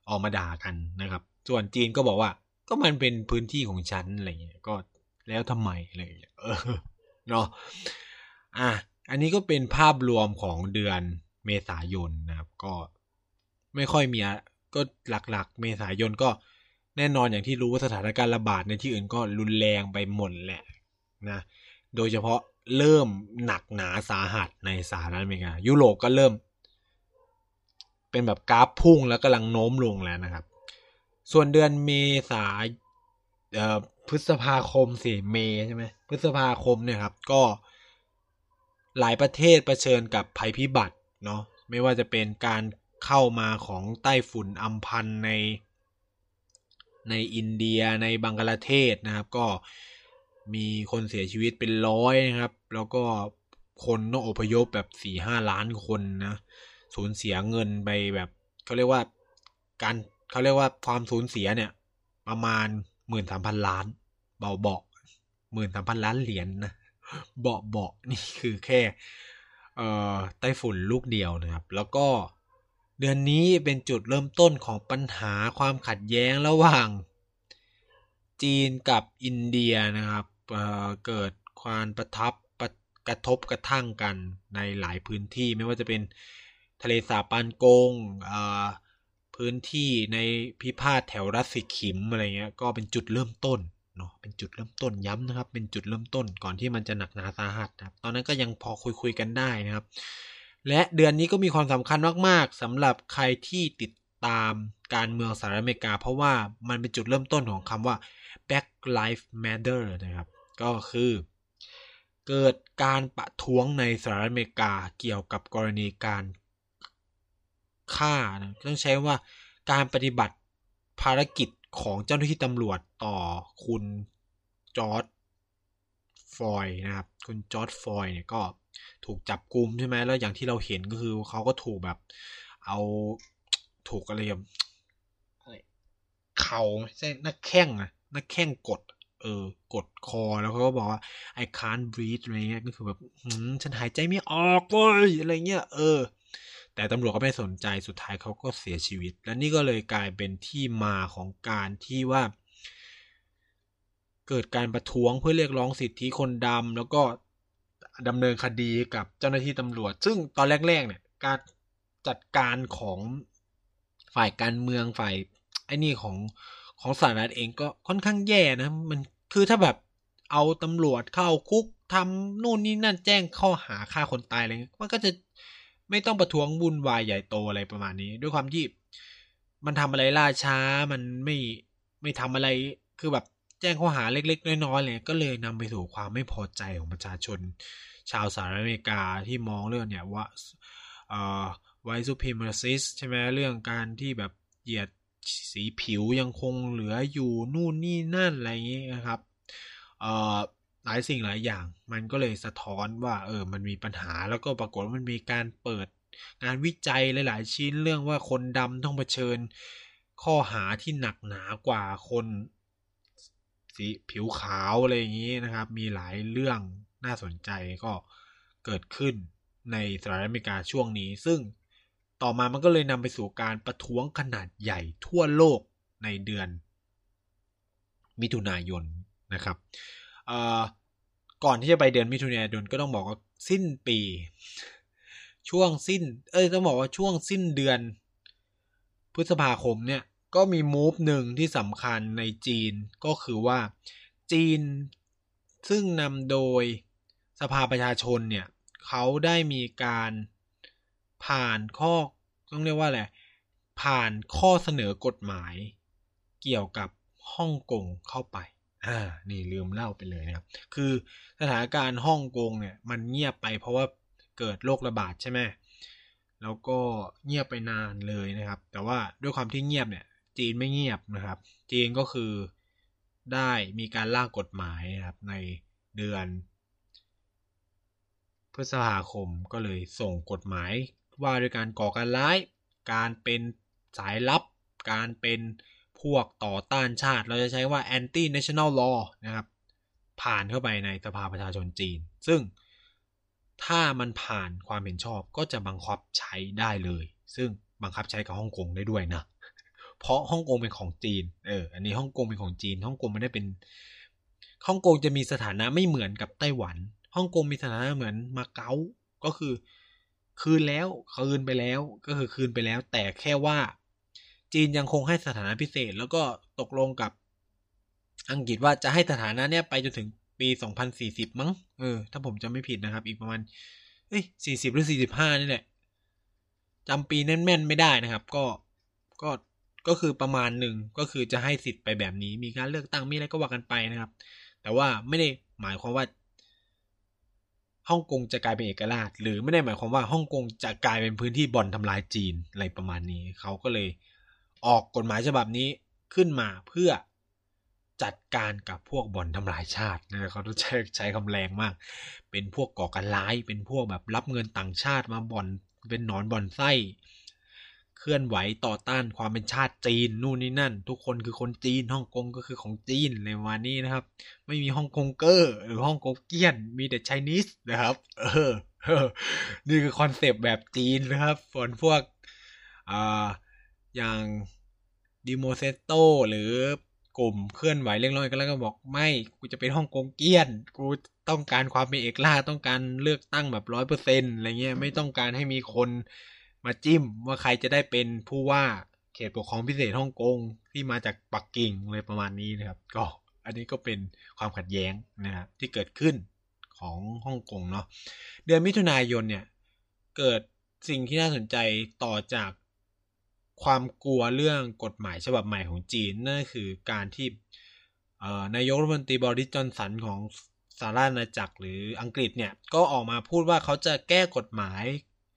ออกมาด่ากันนะครับส่วนจีนก็บอกว่าก็มันเป็นพื้นที่ของฉันอะไรเงี้ยก็แล้วทำไมอะไรเงี้ยเนาะอันนี้ก็เป็นภาพรวมของเดือนเมษายนนะครับก็ไม่ค่อยมีก็หลักๆเมษายนก็แน่นอนอย่างที่รู้ว่าสถานการณ์ระบาดในที่อื่นก็รุนแรงไปหมดแหละนะโดยเฉพาะเริ่มหนักหนาสาหัสในสหรัฐอเมริกายุโรปก็เริ่มเป็นแบบกราฟพุ่งแล้วกำลังโน้มลงแล้วนะครับส่วนเดือนเมษาพฤษภาคมเมษใช่ไหมพฤษภาคมเนี่ยครับก็หลายประเทศเผชิญกับภัยพิบัติเนาะไม่ว่าจะเป็นการเข้ามาของไต้ฝุ่นอัมพันธ์ในอินเดียในบังกลาเทศนะครับก็มีคนเสียชีวิตเป็นร้อยนะครับแล้วก็คนต้องอพยพแบบ 4-5 ล้านคนนะสูญเสียเงินไปแบบเขาเรียกว่าความสูญเสียเนี่ยประมาณ 13,000 ล้านเบาๆ 13,000 ล้านเหรียญนะเบาๆนี่คือแค่ไต้ฝุ่นลูกเดียวนะครับแล้วก็เดือนนี้เป็นจุดเริ่มต้นของปัญหาความขัดแย้งระหว่างจีนกับอินเดียนะครับเกิดความกระทบกระทั่งกันในหลายพื้นที่ไม่ว่าจะเป็นทะเลสาบปานกงพื้นที่ในพิพาทแถวรัสสิขิมอะไรเงี้ยก็เป็นจุดเริ่มต้นเนาะเป็นจุดเริ่มต้นย้ำนะครับเป็นจุดเริ่มต้นก่อนที่มันจะหนักหนาสาหัสครับตอนนั้นก็ยังพอคุยกันได้นะครับและเดือนนี้ก็มีความสำคัญมากๆสำหรับใครที่ติดตามการเมืองสหรัฐอเมริกาเพราะว่ามันเป็นจุดเริ่มต้นของคำว่า Black Lives Matter นะครับก็คือเกิดการประท้วงในสหรัฐอเมริกาเกี่ยวกับกรณีการฆ่านะต้องใช้ว่าการปฏิบัติภารกิจของเจ้าหน้าที่ตำรวจต่อคุณจอร์จฟลอยด์นะครับคุณจอร์จฟลอยด์เนี่ยก็ถูกจับกุมใช่ไหมแล้วอย่างที่เราเห็นก็คือเขาก็ถูกแบบถูกอะไรเข่าไม่ใช่นักแข้งกดคอแล้วเขาก็บอกว่า I can't breathe อะไรเงี้ยก็คือแบบฉันหายใจไม่ออกเลยอะไรเงี้ยแต่ตำรวจก็ไม่สนใจสุดท้ายเขาก็เสียชีวิตและนี่ก็เลยกลายเป็นที่มาของการที่ว่าเกิดการประท้วงเพื่อเรียกร้องสิทธิคนดำแล้วก็ดำเนินคดีกับเจ้าหน้าที่ตำรวจซึ่งตอนแรกๆเนี่ยการจัดการของฝ่ายการเมืองฝ่ายไอ้นี่ของสหรัฐเองก็ค่อนข้างแย่นะมันคือถ้าแบบเอาตำรวจเข้าคุกทำนู่นนี่นั่นแจ้งข้อหาฆ่าคนตายอะไรมันก็จะไม่ต้องประท้วงวุ่นวายใหญ่โตอะไรประมาณนี้ด้วยความที่มันทำอะไรล่าช้ามันไม่ทำอะไรคือแบบแจ้งข้อหาเล็กๆน้อยๆเลยก็เลยนำไปสู่ความไม่พอใจของประชาชนชาวสหรัฐอเมริกาที่มองเรื่องเนี่ยว่าwhite supremacist ใช่ไหมเรื่องการที่แบบเหยียดสีผิวยังคงเหลืออยู่นู่นนี่นั่นอะไรอย่างนี้นะครับหลายสิ่งหลายอย่างมันก็เลยสะท้อนว่ามันมีปัญหาแล้วก็ปรากฏว่ามันมีการเปิดงานวิจัยหลายๆชิ้นเรื่องว่าคนดำต้องเผชิญข้อหาที่หนักหนากว่าคนสีผิวขาวอะไรอย่างนี้นะครับมีหลายเรื่องน่าสนใจก็เกิดขึ้นในสหรัฐอเมริกาช่วงนี้ซึ่งต่อมามันก็เลยนำไปสู่การประท้วงขนาดใหญ่ทั่วโลกในเดือนมิถุนายนนะครับก่อนที่จะไปเดือนมิถุนายนก็ต้องบอกว่าสิ้นปีต้องบอกว่าช่วงสิ้นเดือนพฤษภาคมเนี่ยก็มีมูฟหนึ่งที่สำคัญในจีนก็คือว่าจีนซึ่งนำโดยสภาประชาชนเนี่ยเขาได้มีการผ่านต้องเรียกว่าอะไรผ่านข้อเสนอกฎหมายเกี่ยวกับฮ่องกงเข้าไปนี่ลืมเล่าไปเลยนะครับคือสถานการณ์ฮ่องกงเนี่ยมันเงียบไปเพราะว่าเกิดโรคระบาดใช่ไหมแล้วก็เงียบไปนานเลยนะครับแต่ว่าด้วยความที่เงียบเนี่ยจีนไม่เงียบนะครับจีนก็คือได้มีการร่างกฎหมายนะครับในเดือนพฤษภาคมก็เลยส่งกฎหมายว่าด้วยการก่อการร้ายการเป็นสายลับการเป็นพวกต่อต้านชาติเราจะใช้ว่า anti national law นะครับผ่านเข้าไปในสภาประชาชนจีนซึ่งถ้ามันผ่านความเห็นชอบก็จะบังคับใช้ได้เลยซึ่งบังคับใช้กับฮ่องกงได้ด้วยนะเพราะฮ่องกงเป็นของจีนอันนี้ฮ่องกงเป็นของจีนฮ่องกงไม่ได้เป็นฮ่องกงจะมีสถานะไม่เหมือนกับไต้หวันฮ่องกงมีสถานะเหมือนมาเก๊าก็คือคืนไปแล้วก็คือคืนไปแล้วแต่แค่ว่าจีนยังคงให้สถานะพิเศษแล้วก็ตกลงกับอังกฤษว่าจะให้สถานะเนี้ยไปจนถึงปี2040มั้งถ้าผมจำไม่ผิดนะครับอีกประมาณ40หรือ45นี่แหละจำปีแม่นๆไม่ได้นะครับก็คือประมาณหนึ่งก็คือจะให้สิทธิ์ไปแบบนี้มีการเลือกตั้งมีอะไรก็ว่ากันไปนะครับแต่ว่าไม่ได้หมายความว่าฮ่องกงจะกลายเป็นเอกราชหรือไม่ได้หมายความว่าฮ่องกงจะกลายเป็นพื้นที่บ่อนทำลายจีนอะไรประมาณนี้เขาก็เลยออกกฎหมายฉบับนี้ขึ้นมาเพื่อจัดการกับพวกบ่อนทำลายชาตินะเขาต้องใช้คำแรงมากเป็นพวกก่อการร้ายเป็นพวกแบบรับเงินต่างชาติมาบ่อนเป็นหนอนบ่อนไส้เคลื่อนไหวต่อต้านความเป็นชาติจีนนู่นนี่นั่นทุกคนคือคนจีนฮ่องกงก็คือของจีนในวันนี้นะครับไม่มีฮ่องกงเกอร์หรือฮ่องกงเกี้ยนมีแต่ไชนีสนะครับนี่คือคอนเซปต์แบบจีนนะครับส่วนพวกอย่างดิโมเซโตหรือกลุ่มเคลื่อนไหวเรียกร้องกันแล้วก็บอกไม่กูจะเป็นฮ่องกงเกี้ยนกูต้องการความเป็นเอกราชต้องการเลือกตั้งแบบ 100% อะไรเงี้ยไม่ต้องการให้มีคนมาจิ้มว่าใครจะได้เป็นผู้ว่าเขตปกครองพิเศษฮ่องกงที่มาจากปักกิ่งอะไรประมาณนี้นะครับก็อันนี้ก็เป็นความขัดแย้งนะครับที่เกิดขึ้นของฮ่องกงเนาะเดือนมิถุนายนเนี่ยเกิดสิ่งที่น่าสนใจต่อจากความกลัวเรื่องกฎหมายฉบับใหม่ของจีนนั่นคือการที่นายกรัฐมนตรีบริส จอนสันของสหราชอาณาจักรหรืออังกฤษเนี่ยก็ออกมาพูดว่าเขาจะแก้กฎหมาย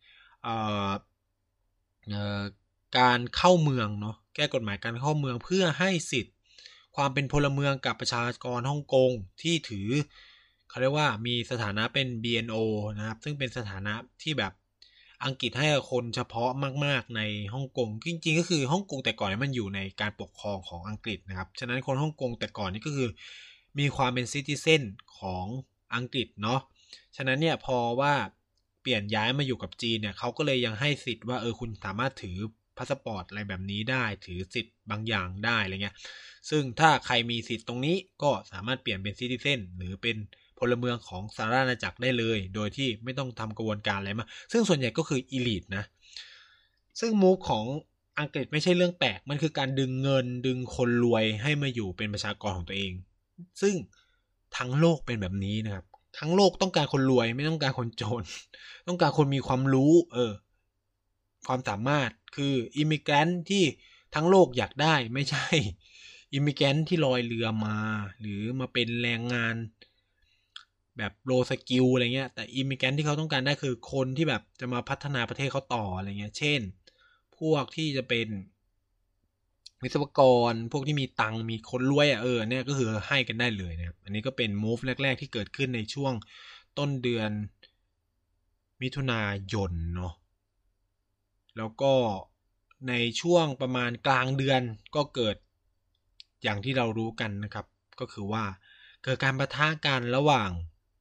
การเข้าเมืองเนาะแก้กฎหมายการเข้าเมืองเพื่อให้สิทธิ์ความเป็นพลเมืองกับประชากรฮ่องกงที่ถือเขาเรียกว่ามีสถานะเป็น BNO นะครับซึ่งเป็นสถานะที่แบบอังกฤษให้คนเฉพาะมากๆในฮ่องกงจริงๆก็คือฮ่องกงแต่ก่อนมันอยู่ในการปกครองของอังกฤษนะครับฉะนั้นคนฮ่องกงแต่ก่อนนี่ก็คือมีความเป็นซิติเซนของอังกฤษเนาะฉะนั้นเนี่ยพอว่าเปลี่ยนย้ายมาอยู่กับจีนเนี่ยเขาก็เลยยังให้สิทธิ์ว่าคุณสามารถถือพาสปอร์ตอะไรแบบนี้ได้ถือสิทธิ์บางอย่างได้อะไรเงี้ยซึ่งถ้าใครมีสิทธิ์ตรงนี้ก็สามารถเปลี่ยนเป็นซิติเซนหรือเป็นพลเมืองของสหราชอาณาจักรได้เลยโดยที่ไม่ต้องทำกระบวนการอะไรมาซึ่งส่วนใหญ่ก็คืออีลิทนะซึ่งมูฟของอังกฤษไม่ใช่เรื่องแปลกมันคือการดึงเงินดึงคนรวยให้มาอยู่เป็นประชากรของตัวเองซึ่งทั้งโลกเป็นแบบนี้นะครับทั้งโลกต้องการคนรวยไม่ต้องการคนจนต้องการคนมีความรู้ความสามารถคืออิมิเกรนต์ที่ทั้งโลกอยากได้ไม่ใช่อิมิเกรนต์ที่ลอยเรือมาหรือมาเป็นแรงงานแบบโลสกิลอะไรเงี้ยแต่อิมิเกรนต์ที่เขาต้องการได้คือคนที่แบบจะมาพัฒนาประเทศเขาต่ออะไรเงี้ยเช่นพวกที่จะเป็นวิศวกรพวกที่มีตังมีคนรวยเนี่ยก็คือให้กันได้เลยนะครับอันนี้ก็เป็นมูฟแรกๆที่เกิดขึ้นในช่วงต้นเดือนมิถุนายนเนาะแล้วก็ในช่วงประมาณกลางเดือนก็เกิดอย่างที่เรารู้กันนะครับก็คือว่าเกิดการปะทะกันระหว่าง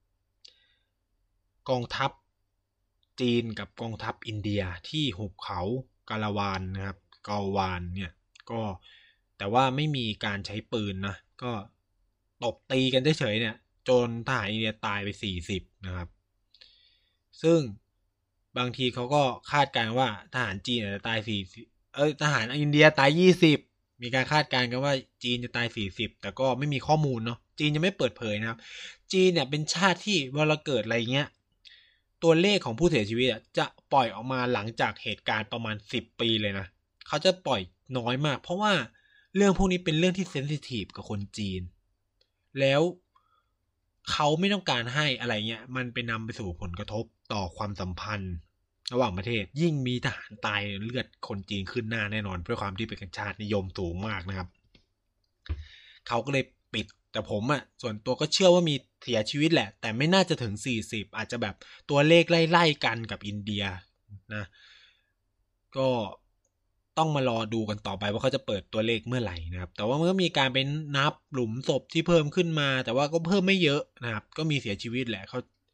กองทัพจีนกับกองทัพอินเดียที่หุบเขากาลาวานนะครับกาลวานเนี่ยก็แต่ว่าไม่มีการใช้ปืนนะก็ตบตีกันเฉยๆเนี่ยจนทหารอินเดียตายไป40นะครับซึ่งบางทีเขาก็คาดการณ์ว่าทหารจีนอาจจะตาย40ทหารอินเดียตาย20มีการคาดการณ์กันว่าจีนจะตาย40แต่ก็ไม่มีข้อมูลเนาะจีนยังไม่เปิดเผยนะครับจีนเนี่ยเป็นชาติที่เวลาเกิดอะไรเงี้ยตัวเลขของผู้เสียชีวิตจะปล่อยออกมาหลังจากเหตุการณ์ประมาณ10ปีเลยนะเขาจะปล่อยน้อยมากเพราะว่าเรื่องพวกนี้เป็นเรื่องที่เซนซิทีฟกับคนจีนแล้วเขาไม่ต้องการให้อะไรเงี้ยมันไปนำไปสู่ผลกระทบต่อความสัมพันธ์ระหว่างประเทศยิ่งมีทหารตายเลือดคนจีนขึ้นหน้าแน่นอนเพื่อความที่เป็นชาตินิยมสูงมากนะครับเขาก็เลยปิดแต่ผมส่วนตัวก็เชื่อว่ามีเสียชีวิตแหละแต่ไม่น่าจะถึง40อาจจะแบบตัวเลขไล่ๆกันกับอินเดียนะก็ต้องมารอดูกันต่อไปว่าเขาจะเปิดตัวเลขเมื่อไหร่นะครับแต่ว่ามันก็มีการเป็นนับหลุมศพที่เพิ่มขึ้นมาแต่ว่าก็เพิ่มไม่เยอะนะครับก็มีเสียชีวิตแหละ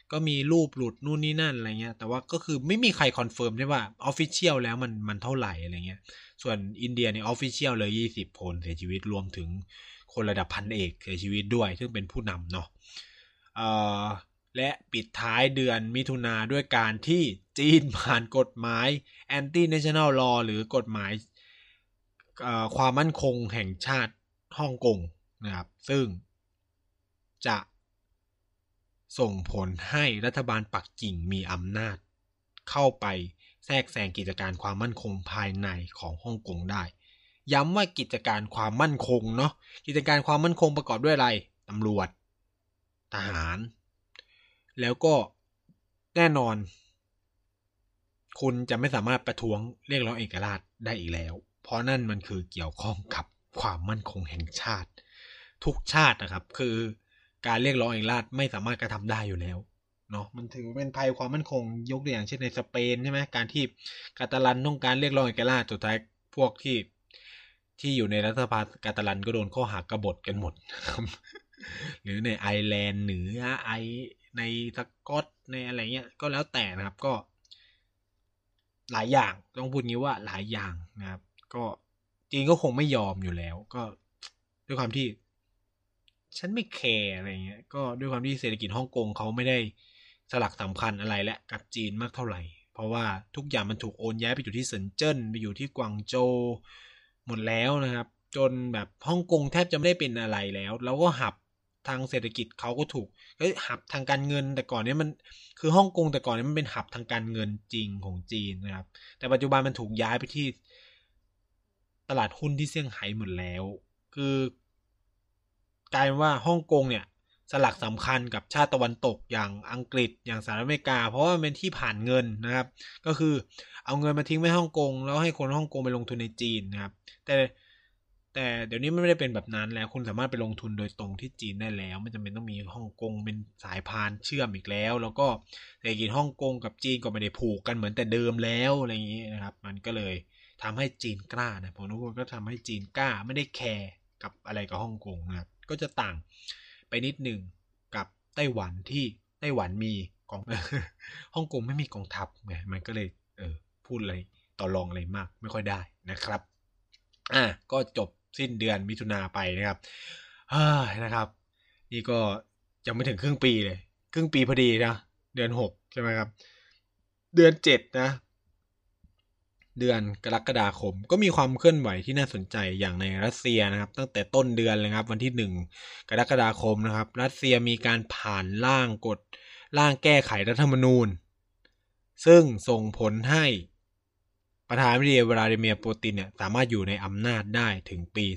ก็มีรูปหลุดนู่นนี่นั่นอะไรเงี้ยแต่ว่าก็คือไม่มีใครคอนเฟิร์มได้ว่าออฟฟิเชียลแล้วมันเท่าไหร่อะไรเงี้ยส่วนอินเดียเนี่ยออฟฟิเชียลเลย20 คนเสียชีวิตรวมถึงคนระดับพันเอกเสียชีวิตด้วยซึ่งเป็นผู้นำเนาะและปิดท้ายเดือนมิถุนาด้วยการที่จีนผ่านกฎหมาย Anti National Law หรือกฎหมายความมั่นคงแห่งชาติฮ่องกงนะครับซึ่งจะส่งผลให้รัฐบาลปักกิ่งมีอำนาจเข้าไปแทรกแซงกิจการความมั่นคงภายในของฮ่องกงได้ย้ำว่ากิจการความมั่นคงเนาะกิจการความมั่นคงประกอบด้วยอะไรตำรวจทหารแล้วก็แน่นอนคุณจะไม่สามารถประท้วงเรียกร้องเอกราชได้อีกแล้วเพราะนั่นมันคือเกี่ยวข้องกับความมั่นคงแห่งชาติทุกชาตินะครับคือการเรียกร้องเอกราชไม่สามารถกระทำได้อยู่แล้วเนาะมันถือเป็นภัยความมั่นคงยกตัวอย่างเช่นในสเปนใช่ไหมการที่กาตาลันต้องการเรียกร้องเอกราชสุดท้ายพวกที่อยู่ในรัฐสภากาตาลันก็โดนข้อหากบฏกันหมดหรือในไอร์แลนด์เหนือในสกอตในอะไรเงี้ยก็แล้วแต่นะครับก็หลายอย่างต้องพูดงี้ว่าหลายอย่างนะครับก็จีนก็คงไม่ยอมอยู่แล้วก็ด้วยความที่ฉันไม่แคร์อะไรเงี้ยก็ด้วยความที่เศรษฐกิจฮ่องกงเขาไม่ได้สลักสำคัญอะไรและกับจีนมากเท่าไหร่เพราะว่าทุกอย่างมันถูกโอนย้ายไปอยู่ที่เซินเจิ้นไปอยู่ที่กวางโจวหมดแล้วนะครับจนแบบฮ่องกงแทบจะไม่ได้เป็นอะไรแล้วก็หับทางเศรษฐกิจเขาก็ถูกหับทางการเงินแต่ก่อนนี้มันคือฮ่องกงแต่ก่อนนี้มันเป็นหับทางการเงินจริงของจีนนะครับแต่ปัจจุบันมันถูกย้ายไปที่ตลาดหุ้นที่เซี่ยงไฮ้หมดแล้วคือกลายเป็นว่าฮ่องกงเนี่ยสลักสำคัญกับชาติตะวันตกอย่างอังกฤษอย่างสหรัฐอเมริกาเพราะว่ามันเป็นที่ผ่านเงินนะครับก็คือเอาเงินมาทิ้งไว้ฮ่องกงแล้วให้คนฮ่องกงไปลงทุนในจีนนะครับแต่เดี๋ยวนี้มันไม่ได้เป็นแบบนั้นแล้วคุณสามารถไปลงทุนโดยตรงที่จีนได้แล้วไม่จำเป็นต้องมีฮ่องกงเป็นสายพานเชื่อมอีกแล้วก็เศรษฐกิจฮ่องกงกับจีนก็ไม่ได้ผูกกันเหมือนแต่เดิมแล้วอะไรอย่างนี้นะครับมันก็เลยทำให้จีนกล้านะผมรู้ว่าก็ทำให้จีนกล้าไม่ได้แคร์กับอะไรกับฮ่องกงนะครับก็จะต่างไปนิดหนึ่งกับไต้หวันที่ไต้หวันมีกอง ฮ่องกงไม่มีกองทัพไงมันก็เลยพูดอะไรต่อรองอะไรมากไม่ค่อยได้นะครับก็จบสิ้นเดือนมิถุนาไปนะครับนะครับนี่ก็ยังไม่ถึงครึ่งปีเลยครึ่งปีพอดีนะเดือน6ใช่ไหมครับเดือน7นะเดือนกรกฎาคมก็มีความเคลื่อนไหวที่น่าสนใจอย่างในรัสเซียนะครับตั้งแต่ต้นเดือนเลยครับวันที่1กรกฎาคมนะครับรัสเซียมีการผ่านร่างแก้ไขรัฐธรรมนูญซึ่งส่งผลให้ประธานาธิบดีวลาดิเมียร์ปูตินเนี่ยสามารถอยู่ในอำนาจได้ถึงปี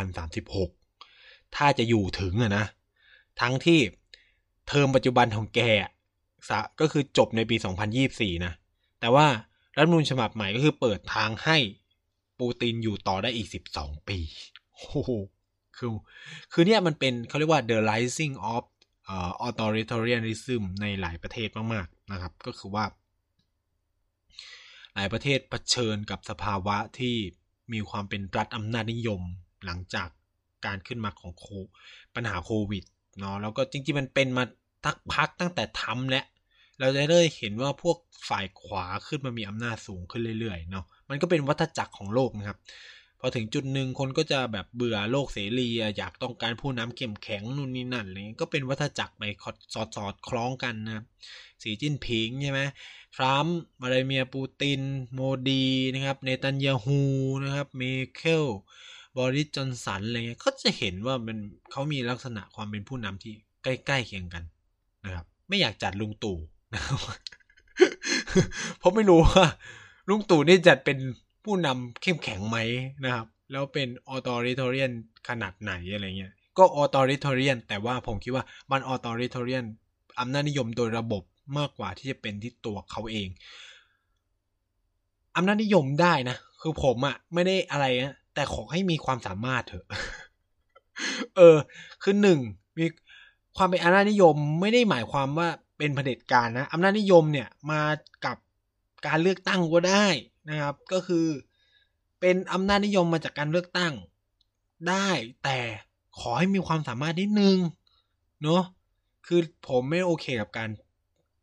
2036ถ้าจะอยู่ถึงนะทั้งที่เทอมปัจจุบันของแกก็คือจบในปี2024นะแต่ว่ารัฐธรรมนูญฉบับใหม่ก็คือเปิดทางให้ปูตินอยู่ต่อได้อีก12ปีโอ้โหคือเนี่ยมันเป็นเขาเรียกว่า the rising of authoritarianism ในหลายประเทศมากๆนะครับก็คือว่าหลายประเทศเผชิญกับสภาวะที่มีความเป็นรัฐอำนาจนิยมหลังจากการขึ้นมาของปัญหาโควิดเนาะแล้วก็จริงๆมันเป็นมาพักตั้งแต่ทำและเราจะได้เห็นว่าพวกฝ่ายขวาขึ้นมามีอำนาจสูงขึ้นเรื่อยๆเนาะมันก็เป็นวัฏจักรของโลกนะครับพอถึงจุดหนึ่งคนก็จะแบบเบื่อโลกเสรีอยากต้องการผู้นำเข้มแข็งนู่นนี่นั่นอะไรก็เป็นวัฏจักรไปสอดคล้องกันนะสีจิ้นผิงใช่ไหมทรัมป์วลาดิเมียร์ปูตินโมดีนะครับเนตันยาฮูนะครับเมเคิลบอริสจอนสันอะไรเงี้ยก็จะเห็นว่าเขามีลักษณะความเป็นผู้นำที่ใกล้ๆเคียงกันนะครับไม่อยากจัดลุงตู่นะครับ เพราะไม่รู้ว่าลุงตู่นี่จัดเป็นผู้นำเข้มแข็งไหมนะครับแล้วเป็น authoritarian ขนาดไหนอะไรเงี้ยก็ authoritarian แต่ว่าผมคิดว่ามัน authoritarian อำนาจนิยมโดยระบบมากกว่าที่จะเป็นที่ตัวเขาเองอำนาจนิยมได้นะคือผมไม่ได้อะไรนะแต่ขอให้มีความสามารถเถอะ คือ1มีความเป็นอำนาจนิยมไม่ได้หมายความว่าเป็นเผด็จการนะอำนาจนิยมเนี่ยมากับการเลือกตั้งก็ได้นะครับก็คือเป็นอำนาจนิยมมาจากการเลือกตั้งได้แต่ขอให้มีความสามารถนิดนึงเนาะคือผมไม่โอเคกับการ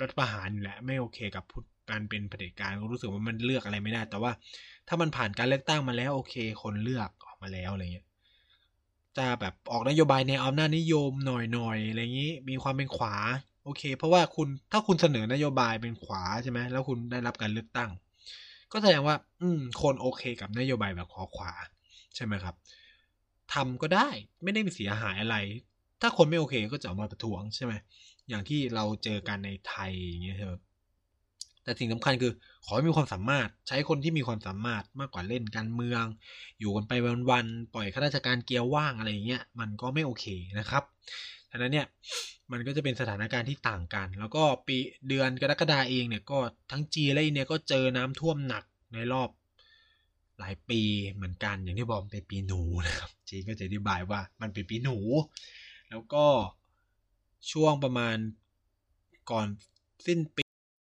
รัฐประหารอยู่แหละไม่โอเคกับการเป็นเผด็จการก็รู้สึกว่ามันเลือกอะไรไม่ได้แต่ว่าถ้ามันผ่านการเลือกตั้งมาแล้วโอเคคนเลือกออกมาแล้วอะไรเงี้ยจะแบบออกนโยบายในอำนาจนิยมหน่อยๆอะไรอย่างนี้มีความเป็นขวาโอเคเพราะว่าถ้าคุณเสนอนโยบายเป็นขวาใช่ไหมแล้วคุณได้รับการเลือกตั้งก็แสดงว่าคนโอเคกับนโยบายแบบขวาใช่ไหมครับทำก็ได้ไม่ได้มีเสียหายอะไรถ้าคนไม่โอเคก็จะออกมาประท้วงใช่ไหมอย่างที่เราเจอกันในไทยอย่างเงี้ยครับแต่สิ่งสำคัญคือขอให้มีความสามารถใช้คนที่มีความสามารถมากกว่าเล่นการเมืองอยู่กันไปวันๆปล่อยข้าราชการเกียร์ว่างอะไรอย่างเงี้ยมันก็ไม่โอเคนะครับฉะนั้นเนี่ยมันก็จะเป็นสถานการณ์ที่ต่างกันแล้วก็ปีเดือนกรกฎาคมเองเนี่ยก็ทั้งจีนและอินเดียก็เจอน้ำท่วมหนักในรอบหลายปีเหมือนกันอย่างที่บอกเป็นปีหนูนะครับจีนก็จะอธิบายว่ามันเป็นปีหนูแล้วก็ช่วงประมาณก่อนสิ้นปี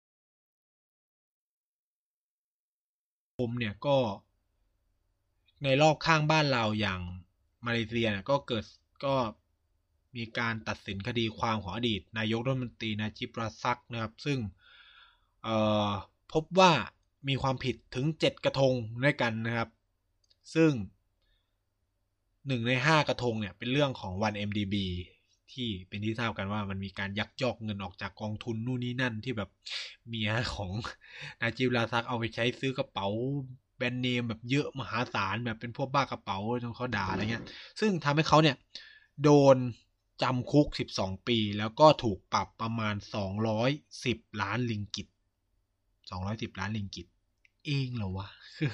เนี่ยก็ในรอบข้างบ้านเราอย่างมาเลเซียก็มีการตัดสินคดีความของอดีตนายกรัฐมนตรีนาจิบ ราซักนะครับซึ่งพบว่ามีความผิดถึง7กระทงด้วยกันนะครับซึ่ง1ใน5กระทงเนี่ยเป็นเรื่องของ 1MDB ที่เป็นที่ทราบกันว่ามันมีการยักยอกเงินออกจากกองทุนนู่นนี่นั่นที่แบบเมียของนาจิบ ราซักเอาไปใช้ซื้อกระเป๋าแบรนด์เนมแบบเยอะมหาศาลแบบเป็นพวกบ้ากระเป๋าจนเขาด่าอะไรเงี้ยซึ่งทำให้เขาเนี่ยโดนจำคุก12ปีแล้วก็ถูกปรับประมาณ210ล้านริงกิต210ล้านริงกิตเองเหรอวะ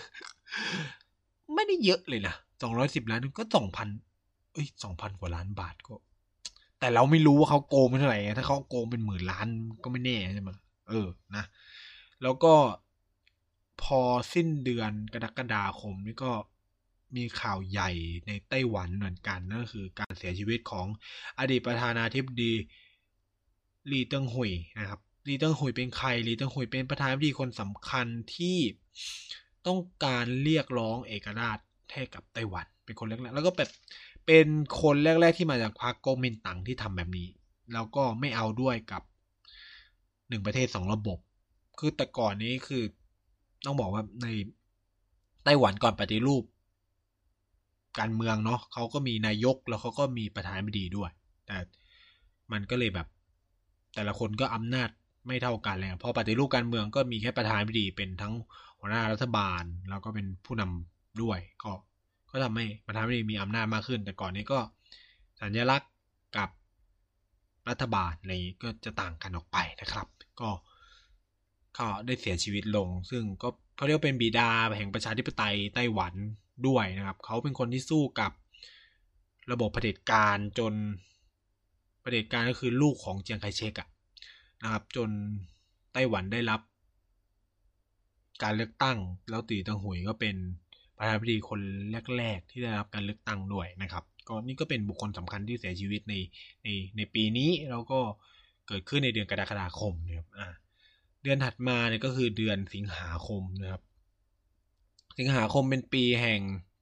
ไม่ได้เยอะเลยนะ210ล้านก็ 2,000 กว่าล้านบาทก็แต่เราไม่รู้ว่าเขาโกงเป็นเท่าไหร่ถ้าเขาโกงเป็น10,000 ล้านก็ไม่แน่ใช่ไหมนะแล้วก็พอสิ้นเดือนกรกฎาคมนี่ก็มีข่าวใหญ่ในไต้หวันเหมือนกันนั่นก็คือการเสียชีวิตของอดีตประธานาธิบดีหลี่เติ้งหุยนะครับหลี่เติ้งหุยเป็นใครหลี่เติ้งหุยเป็นประธานาธิบดีคนสำคัญที่ต้องการเรียกร้องเอกราชให้กับไต้หวันเป็นคนแรกๆแล้วก็แบบเป็นคนแรกๆที่มาจากพรรคก๊กมินตั๋งที่ทำแบบนี้แล้วก็ไม่เอาด้วยกับ1ประเทศ2ระบบคือแต่ก่อนนี้คือต้องบอกว่าในไต้หวันก่อนปฏิรูปการเมืองเนาะเขาก็มีนายกแล้วเขาก็มีประธานาธิบดีด้วยแต่มันก็เลยแบบแต่ละคนก็อำนาจไม่เท่ากันเลยพอปฏิรูปการเมืองก็มีแค่ประธานาธิบดีเป็นทั้งหัวหน้ารัฐบาลแล้วก็เป็นผู้นำด้วยก็ทำให้ประธานาธิบดีมีอำนาจมากขึ้นแต่ก่อนนี้ก็สัญลักษณ์กับรัฐบาลอะไรก็จะต่างกันออกไปนะครับก็เขาได้เสียชีวิตลงซึ่งก็เขาเรียกเป็นบิดาแห่งประชาธิปไตยไต้หวันด้วยนะครับเขาเป็นคนที่สู้กับระบบเผด็จการจนเผด็จการก็คือลูกของเจียงไคเชกนะครับจนไต้หวันได้รับการเลือกตั้งแล้วตี่เติ้งหุยก็เป็นประธานาธิบดีคนแรกๆที่ได้รับการเลือกตั้งด้วยนะครับก็นี่ก็เป็นบุคคลสำคัญที่เสียชีวิตในปีนี้แล้วก็เกิดขึ้นในเดือนกรกฎาคมนะครับเดือนถัดมาเนี่ยก็คือเดือนสิงหาคมนะครับสิงหาคมเป็นปีแห่ง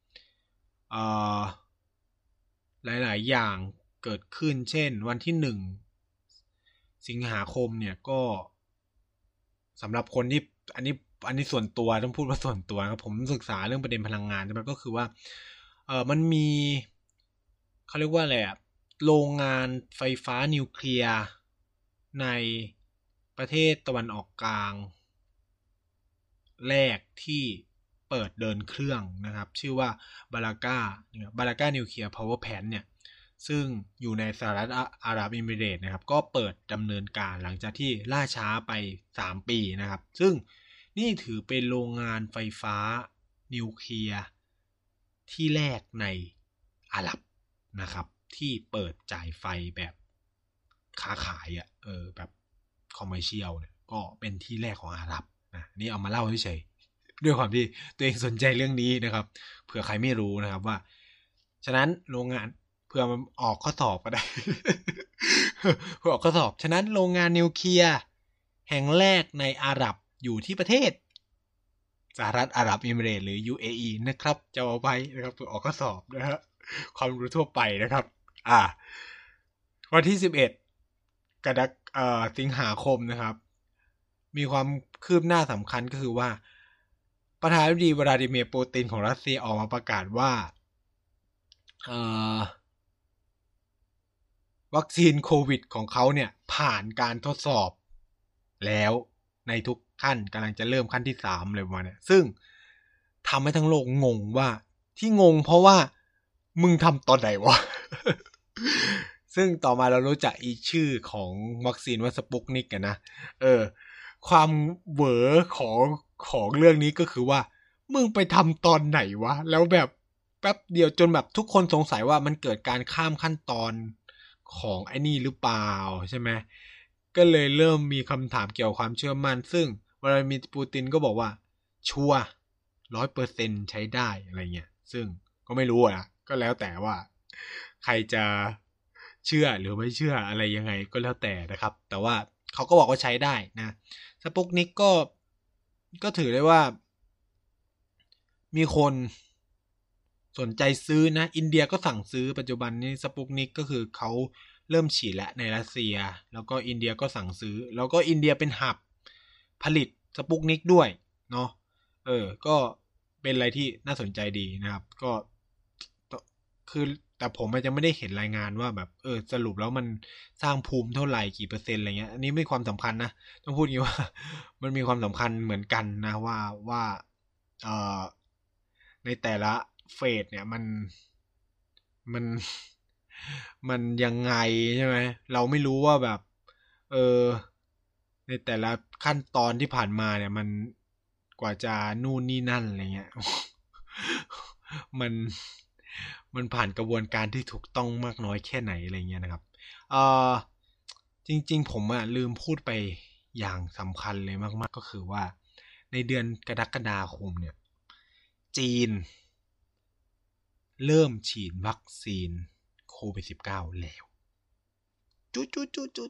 หลายๆอย่างเกิดขึ้นเช่นวันที่1สิงหาคมเนี่ยก็สำหรับคนที่อันนี้ส่วนตัวต้องพูดว่าส่วนตัวครับผมศึกษาเรื่องประเด็นพลังงานใช่ไหมก็คือว่ามันมีเขาเรียกว่าอะไรโรงงานไฟฟ้านิวเคลียร์ในประเทศตะวันออกกลางแรกที่เปิดเดินเครื่องนะครับชื่อว่าบาราก้านิวเคลียร์พาวเวอร์แพลนท์เนี่ยซึ่งอยู่ในสหรัฐอาหรับเอมิเรตส์นะครับก็เปิดดำเนินการหลังจากที่ล่าช้าไป3ปีนะครับซึ่งนี่ถือเป็นโรงงานไฟฟ้านิวเคลียร์ที่แรกในอาหรับนะครับที่เปิดจ่ายไฟแบบค้าขายแบบคอมเมอร์เชียลเนี่ยก็เป็นที่แรกของอาหรับนะนี่เอามาเล่าเฉยๆด้วยความที่ตัวเองสนใจเรื่องนี้นะครับเผื่อใครไม่รู้นะครับว่าฉะนั้นโรงงานเผื่อมันออกข้อสอบก็ได้ เผื่อออกข้อสอบฉะนั้นโรงงานนิวเคลียร์แห่งแรกในอาหรับอยู่ที่ประเทศสหรัฐอาหรับเอมิเรตส์หรือ UAE นะครับจะเอาไปนะครับเผื่อออกข้อสอบนะฮะความรู้ทั่วไปนะครับวันที่11สิงหาคมนะครับมีความคืบหน้าสำคัญก็คือว่าประธานาธิบดีวลาดิเมียร์ปูตินของรัสเซียออกมาประกาศว่าวัคซีนโควิดของเขาเนี่ยผ่านการทดสอบแล้วในทุกขั้นกำลังจะเริ่มขั้นที่3เลยประมาณนี้ซึ่งทำให้ทั้งโลกงงว่าที่งงเพราะว่ามึงทำตอนไหนวะ ซึ่งต่อมาเรารู้จักอีชื่อของวัคซีนว่าสปุกนิกกันนะความเหวอของเรื่องนี้ก็คือว่ามึงไปทำตอนไหนวะแล้วแบบแป๊บเดียวจนแบบทุกคนสงสัยว่ามันเกิดการข้ามขั้นตอนของไอ้นี่หรือเปล่าใช่ไหมก็เลยเริ่มมีคำถามเกี่ยวกับความเชื่อมั่นซึ่งวลาดิเมียร์ปูตินก็บอกว่าชัวร์ 100% ใช้ได้อะไรเงี้ยซึ่งก็ไม่รู้นะก็แล้วแต่ว่าใครจะเชื่อหรือไม่เชื่ออะไรยังไงก็แล้วแต่นะครับแต่ว่าเขาก็บอกว่าใช้ได้นะสปุกนิกก็ถือได้ว่ามีคนสนใจซื้อนะอินเดียก็สั่งซื้อปัจจุบันนี้สปุกนิกก็คือเขาเริ่มฉีดแล้วในรัสเซียแล้วก็อินเดียก็สั่งซื้อแล้วก็อินเดียเป็นหับผลิตสปุกนิกด้วยเนาะก็เป็นอะไรที่น่าสนใจดีนะครับก็คือแต่ผมยังไม่ได้เห็นรายงานว่าแบบสรุปแล้วมันสร้างภูมิเท่าไหร่กี่เปอร์เซ็นต์อะไรเงี้ยอันนี้ไม่ความสำคัญนะต้องพูดอย่างนี้ว่ามันมีความสำคัญเหมือนกันนะว่าในแต่ละเฟสเนี่ยมันยังไงใช่ไหมเราไม่รู้ว่าแบบในแต่ละขั้นตอนที่ผ่านมาเนี่ยมันกว่าจะนู่นนี่นั่นอะไรเงี้ยมันผ่านกระบวนการที่ถูกต้องมากน้อยแค่ไหนอะไรเงี้ยนะครับจริงๆผมลืมพูดไปอย่างสำคัญเลยมากๆก็คือว่าในเดือนกรกฎาคมเนี่ยจีนเริ่มฉีดวัคซีนโควิด -19 แล้วจุด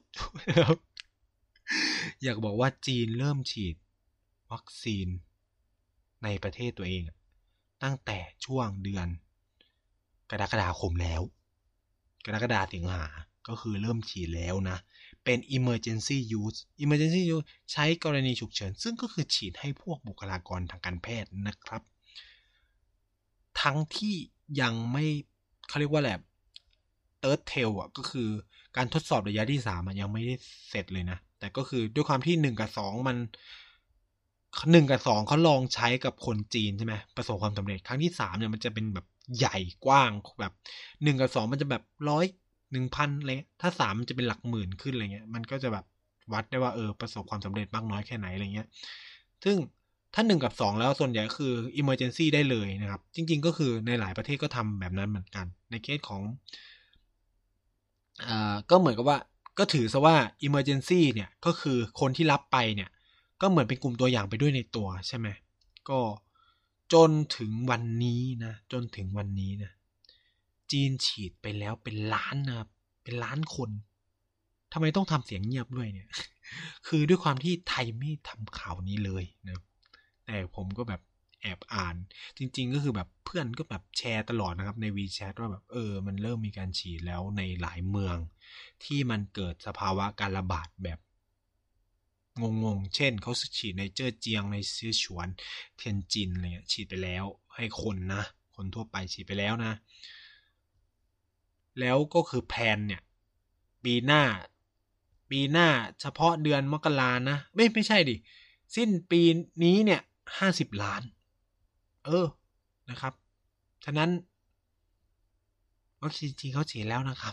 อยากบอกว่าจีนเริ่มฉีดวัคซีนในประเทศตัวเองตั้งแต่ช่วงเดือนกรกฎาคมแล้วกรกฎาสิงหาก็คือเริ่มฉีดแล้วนะเป็น emergency use ใช้กรณีฉุกเฉินซึ่งก็คือฉีดให้พวกบุคลากรทางการแพทย์นะครับทั้งที่ยังไม่เขาเรียกว่าแหละ third tail ก็คือการทดสอบระยะที่3ยังไม่ได้เสร็จเลยนะแต่ก็คือด้วยความที่1กับ2มัน1กับ2เขาลองใช้กับคนจีนใช่ไหมประสบความสำเร็จครั้งที่3เนี่ยมันจะเป็นแบบใหญ่กว้างแบบ1กับ2มันจะแบบ100 1,000อะไรถ้า3มันจะเป็นหลักหมื่นขึ้นอะไรเงี้ยมันก็จะแบบวัดได้ว่าประสบความสำเร็จมากน้อยแค่ไหนอะไรเงี้ยซึ่งถ้า1กับ2แล้วส่วนใหญ่คือ emergency ได้เลยนะครับจริงๆก็คือในหลายประเทศก็ทำแบบนั้นเหมือนกันในเคสของก็เหมือนกับว่าก็ถือซะว่า emergency เนี่ยก็คือคนที่รับไปเนี่ยก็เหมือนเป็นกลุ่มตัวอย่างไปด้วยในตัวใช่ไหมก็จนถึงวันนี้นะจีนฉีดไปแล้วเป็นล้านนะครับเป็นล้านคนทำไมต้องทำเสียงเงียบด้วยเนี่ย คือด้วยความที่ไทยไม่ทำข่าวนี้เลยนะแต่ผมก็แบบแอบอ่านจริงๆก็คือแบบเพื่อนก็แบบแชร์ตลอดนะครับใน WeChat ว่าแบบมันเริ่มมีการฉีดแล้วในหลายเมืองที่มันเกิดสภาวะการระบาดแบบงงๆเช่นเขาฉีดในเจ้อเจียงในซิฉวนเทียนจินอะไรเงี้ยฉีดไปแล้วให้คนทั่วไปฉีดไปแล้วนะแล้วก็คือแพลนเนี่ยปีหน้าเฉพาะเดือนมกรานะไม่ใช่ดิสิ้นปีนี้เนี่ย50 ล้านนะครับฉะนั้นวัคซีนจริงเขาฉีดแล้วนะครับ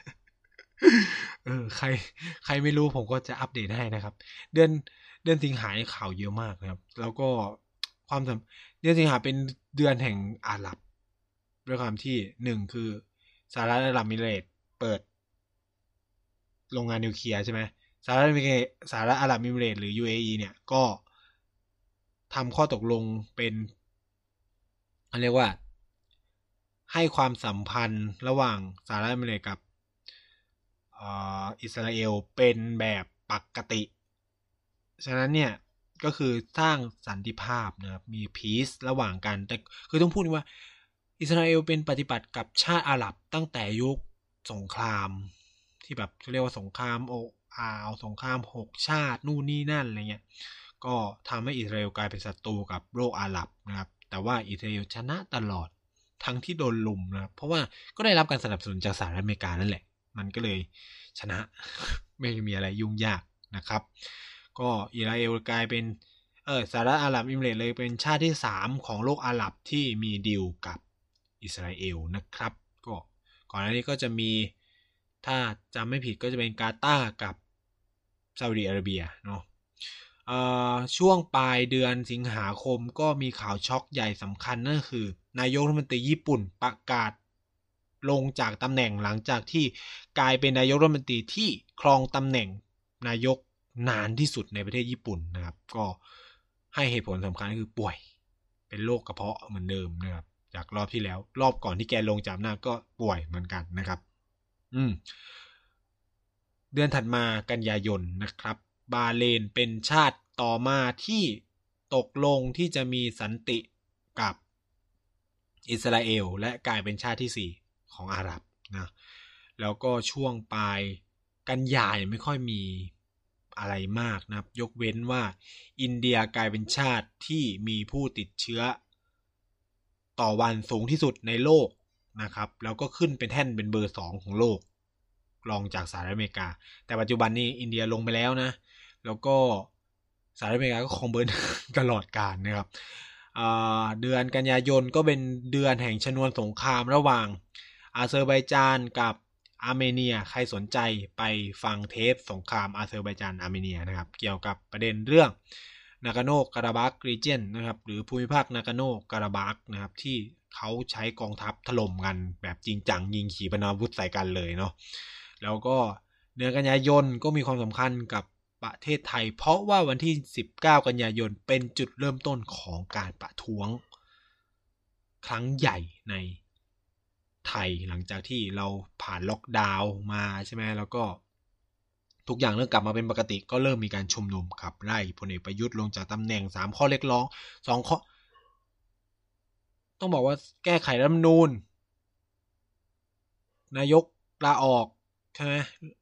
ใครไม่รู้ผมก็จะอัปเดตให้นะครับเดือนสิงหาข่าวเยอะมากนะครับแล้วก็เดือนสิงหาเป็นเดือนแห่งอาหรับด้วยความที่1คือสหรัฐอาหรับเอมิเรตส์เปิดโรงงานนิวเคลียร์ใช่ไหมสหรัฐอาหรับเอมิเรตส์หรือ UAE เนี่ยก็ทำข้อตกลงเป็นเรียกว่าให้ความสัมพันธ์ระหว่างสหรัฐอเมริกากับอิสราเอลเป็นแบบปกติฉะนั้นเนี่ยก็คือสร้างสันติภาพนะครับมี peace ระหว่างกันแต่คือต้องพูดว่าอิสราเอลเป็นปฏิปัติกับชาติอาหรับตั้งแต่ยุคสงครามที่แบบเรียกว่าสงครามสงคราม6ชาตินู่นนี่นั่นอะไรเงี้ยก็ทำให้อิสราเอลกลายเป็นศัตรูกับโลกอาหรับนะครับแต่ว่าอิสราเอลชนะตลอดทั้งที่โดนลุมนะครับเพราะว่าก็ได้รับการสนับสนุนจากสหรัฐอเมริกานั่นแหละมันก็เลยชนะ ไม่มีอะไรยุ่งยากนะครับก็อิสราเอลกลายเป็นสหรัฐอาหรับเอมิเรตส์เลยเป็นชาติที่3ของโลกอาหรับที่มีดีลกับอิสราเอลนะครับก็ก่อนหน้านี้ก็จะมีถ้าจำไม่ผิดก็จะเป็นกาตาร์กับซาอุดิอาระเบียเนาะช่วงปลายเดือนสิงหาคมก็มีข่าวช็อกใหญ่สำคัญนั่นคือนายกรัฐมนตรีญี่ปุ่นประกาศลงจากตำแหน่งหลังจากที่กลายเป็นนายกรัฐมนตรีที่ครองตำแหน่งนายกนานที่สุดในประเทศญี่ปุ่นนะครับก็ให้เหตุผลสำคัญก็คือป่วยเป็นโรคกระเพาะเหมือนเดิมนะครับจากรอบที่แล้วรอบก่อนที่แกลงจากอำนาจก็ป่วยเหมือนกันนะครับเดือนถัดมากันยายนนะครับบาห์เรนเป็นชาติต่อมาที่ตกลงที่จะมีสันติกับอิสราเอลและกลายเป็นชาติที่4ของอาหรับนะแล้วก็ช่วงปลายกันยายนไม่ค่อยมีอะไรมากนะครับยกเว้นว่าอินเดียกลายเป็นชาติที่มีผู้ติดเชื้อต่อวันสูงที่สุดในโลกนะครับแล้วก็ขึ้นเป็นแท่นเป็นเบอร์2ของโลกรองจากสหรัฐอเมริกาแต่ปัจจุบันนี้อินเดียลงไปแล้วนะแล้วก็สหรัฐอเมริกาก็ครองเบอร์ตลอดกาลนะครับเดือนกันยายนก็เป็นเดือนแห่งชนวนสงครามระหว่างอาเซอร์ไบจานกับอาร์เมเนียใครสนใจไปฟังเทปสงครามอาเซอร์ไบจานอาร์เมเนียนะครับเกี่ยวกับประเด็นเรื่องนากาโนคาราบัครีเจียนนะครับหรือภูมิภาคนากาโนคาราบัคนะครับที่เขาใช้กองทัพถล่มกันแบบจริงจังยิงขีปนาวุธใส่กันเลยเนาะแล้วก็เดือนกันยายนก็มีความสำคัญกับประเทศไทยเพราะว่าวันที่19กันยายนเป็นจุดเริ่มต้นของการประท้วงครั้งใหญ่ในไทยหลังจากที่เราผ่านล็อกดาวน์มาใช่ไหมแล้วก็ทุกอย่างเริ่มกลับมาเป็นปกติก็เริ่มมีการชุมนุมขับไล่พลเอกประยุทธ์ลงจากตำแหน่ง3ข้อเรียกร้อง2ข้อต้องบอกว่าแก้ไขรัฐธรรมนูญนายกลาออกใช่ไหม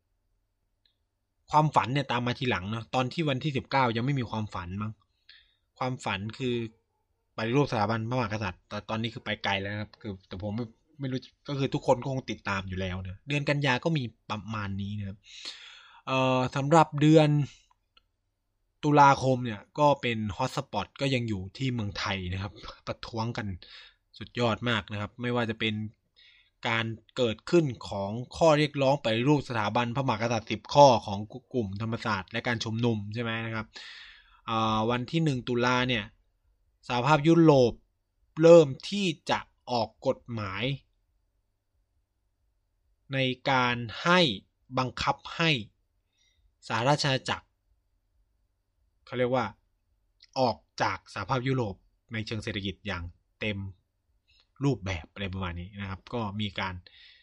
ความฝันเนี่ยตามมาทีหลังนะตอนที่วันที่19ยังไม่มีความฝันมั้งความฝันคือปฏิรูปสถาบันพระมหากษัตริย์แต่ตอนนี้คือไปไกลแล้วครับคือแต่ผมไม่รู้ก็คือทุกคนก็คงติดตามอยู่แล้วนะเดือนกันยาก็มีประมาณนี้นะครับสำหรับเดือนตุลาคมเนี่ยก็เป็นฮอตสปอตก็ยังอยู่ที่เมืองไทยนะครับประท้วงกันสุดยอดมากนะครับไม่ว่าจะเป็นการเกิดขึ้นของข้อเรียกร้องปฏิรูปสถาบันพระมหากษัตริย์10ข้อของกลุ่มธรรมศาสตร์และการชุมนุมใช่ไหมนะครับวันที่1ตุลาเนี่ยสหภาพยุโรปเริ่มที่จะออกกฎหมายในการให้บังคับให้สหราชอาณาจักรเขาเรียกว่าออกจากสหภาพยุโรปในเชิงเศรษฐกิจอย่างเต็มรูปแบบอะไรประมาณนี้นะครับก็มีการ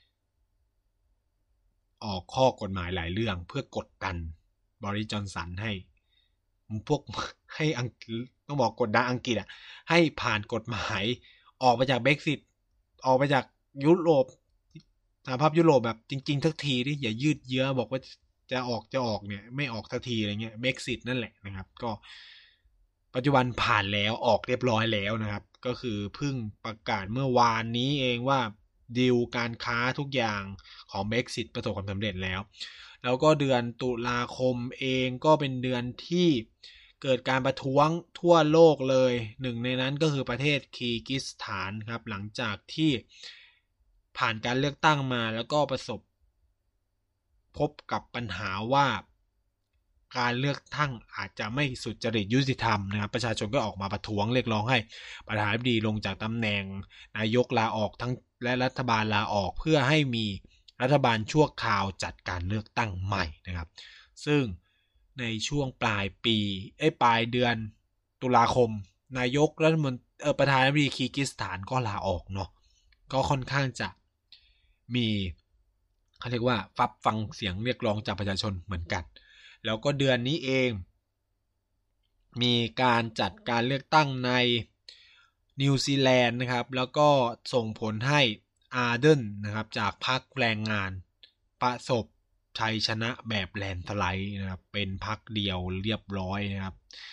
ออกข้อกฎหมายหลายเรื่องเพื่อกดดันบริส จอนสันให้พวกให้ต้องบอกกดดันอังกฤษให้ผ่านกฎหมายออกไปจากเบรกซิตออกไปจากยุโรปสหภาพยุโรปแบบจริงๆทักทีดิอย่ายืดเยื้อบอกว่าจะออกเนี่ยไม่ออกทักทีอะไรเงี้ยเบรกซิตนั่นแหละนะครับก็ปัจจุบันผ่านแล้วออกเรียบร้อยแล้วนะครับก็คือเพิ่งประกาศเมื่อวานนี้เองว่าดีลการค้าทุกอย่างของ Brexit ประสบความสำเร็จแล้วก็เดือนตุลาคมเองก็เป็นเดือนที่เกิดการประท้วงทั่วโลกเลยหนึ่งในนั้นก็คือประเทศคีร์กิสถานครับหลังจากที่ผ่านการเลือกตั้งมาแล้วก็พบกับปัญหาว่าการเลือกตั้งอาจจะไม่สุจริตยุติธรรมนะครับประชาชนก็ออกมาประท้วงเรียกร้องให้ประธานาธิบดีลงจากตำแหน่งนายกลาออกทั้งและรัฐบาลลาออกเพื่อให้มีรัฐบาลชั่วคราวจัดการเลือกตั้งใหม่นะครับซึ่งในช่วงปลายเดือนตุลาคมนายกรัฐมนตรีประธานาธิบดีคีร์กิสถานก็ลาออกเนาะก็ค่อนข้างจะมีเขาเรียกว่าฟังเสียงเรียกร้องจากประชาชนเหมือนกันแล้วก็เดือนนี้เองมีการจัดการเลือกตั้งในนิวซีแลนด์นะครับแล้วก็ส่งผลให้อาร์เดนนะครับจากพรรคแรงงานประสบชัยชนะแบบแลนด์สไลด์นะครับเป็นพรรคเดียวเรียบร้อยนะครับ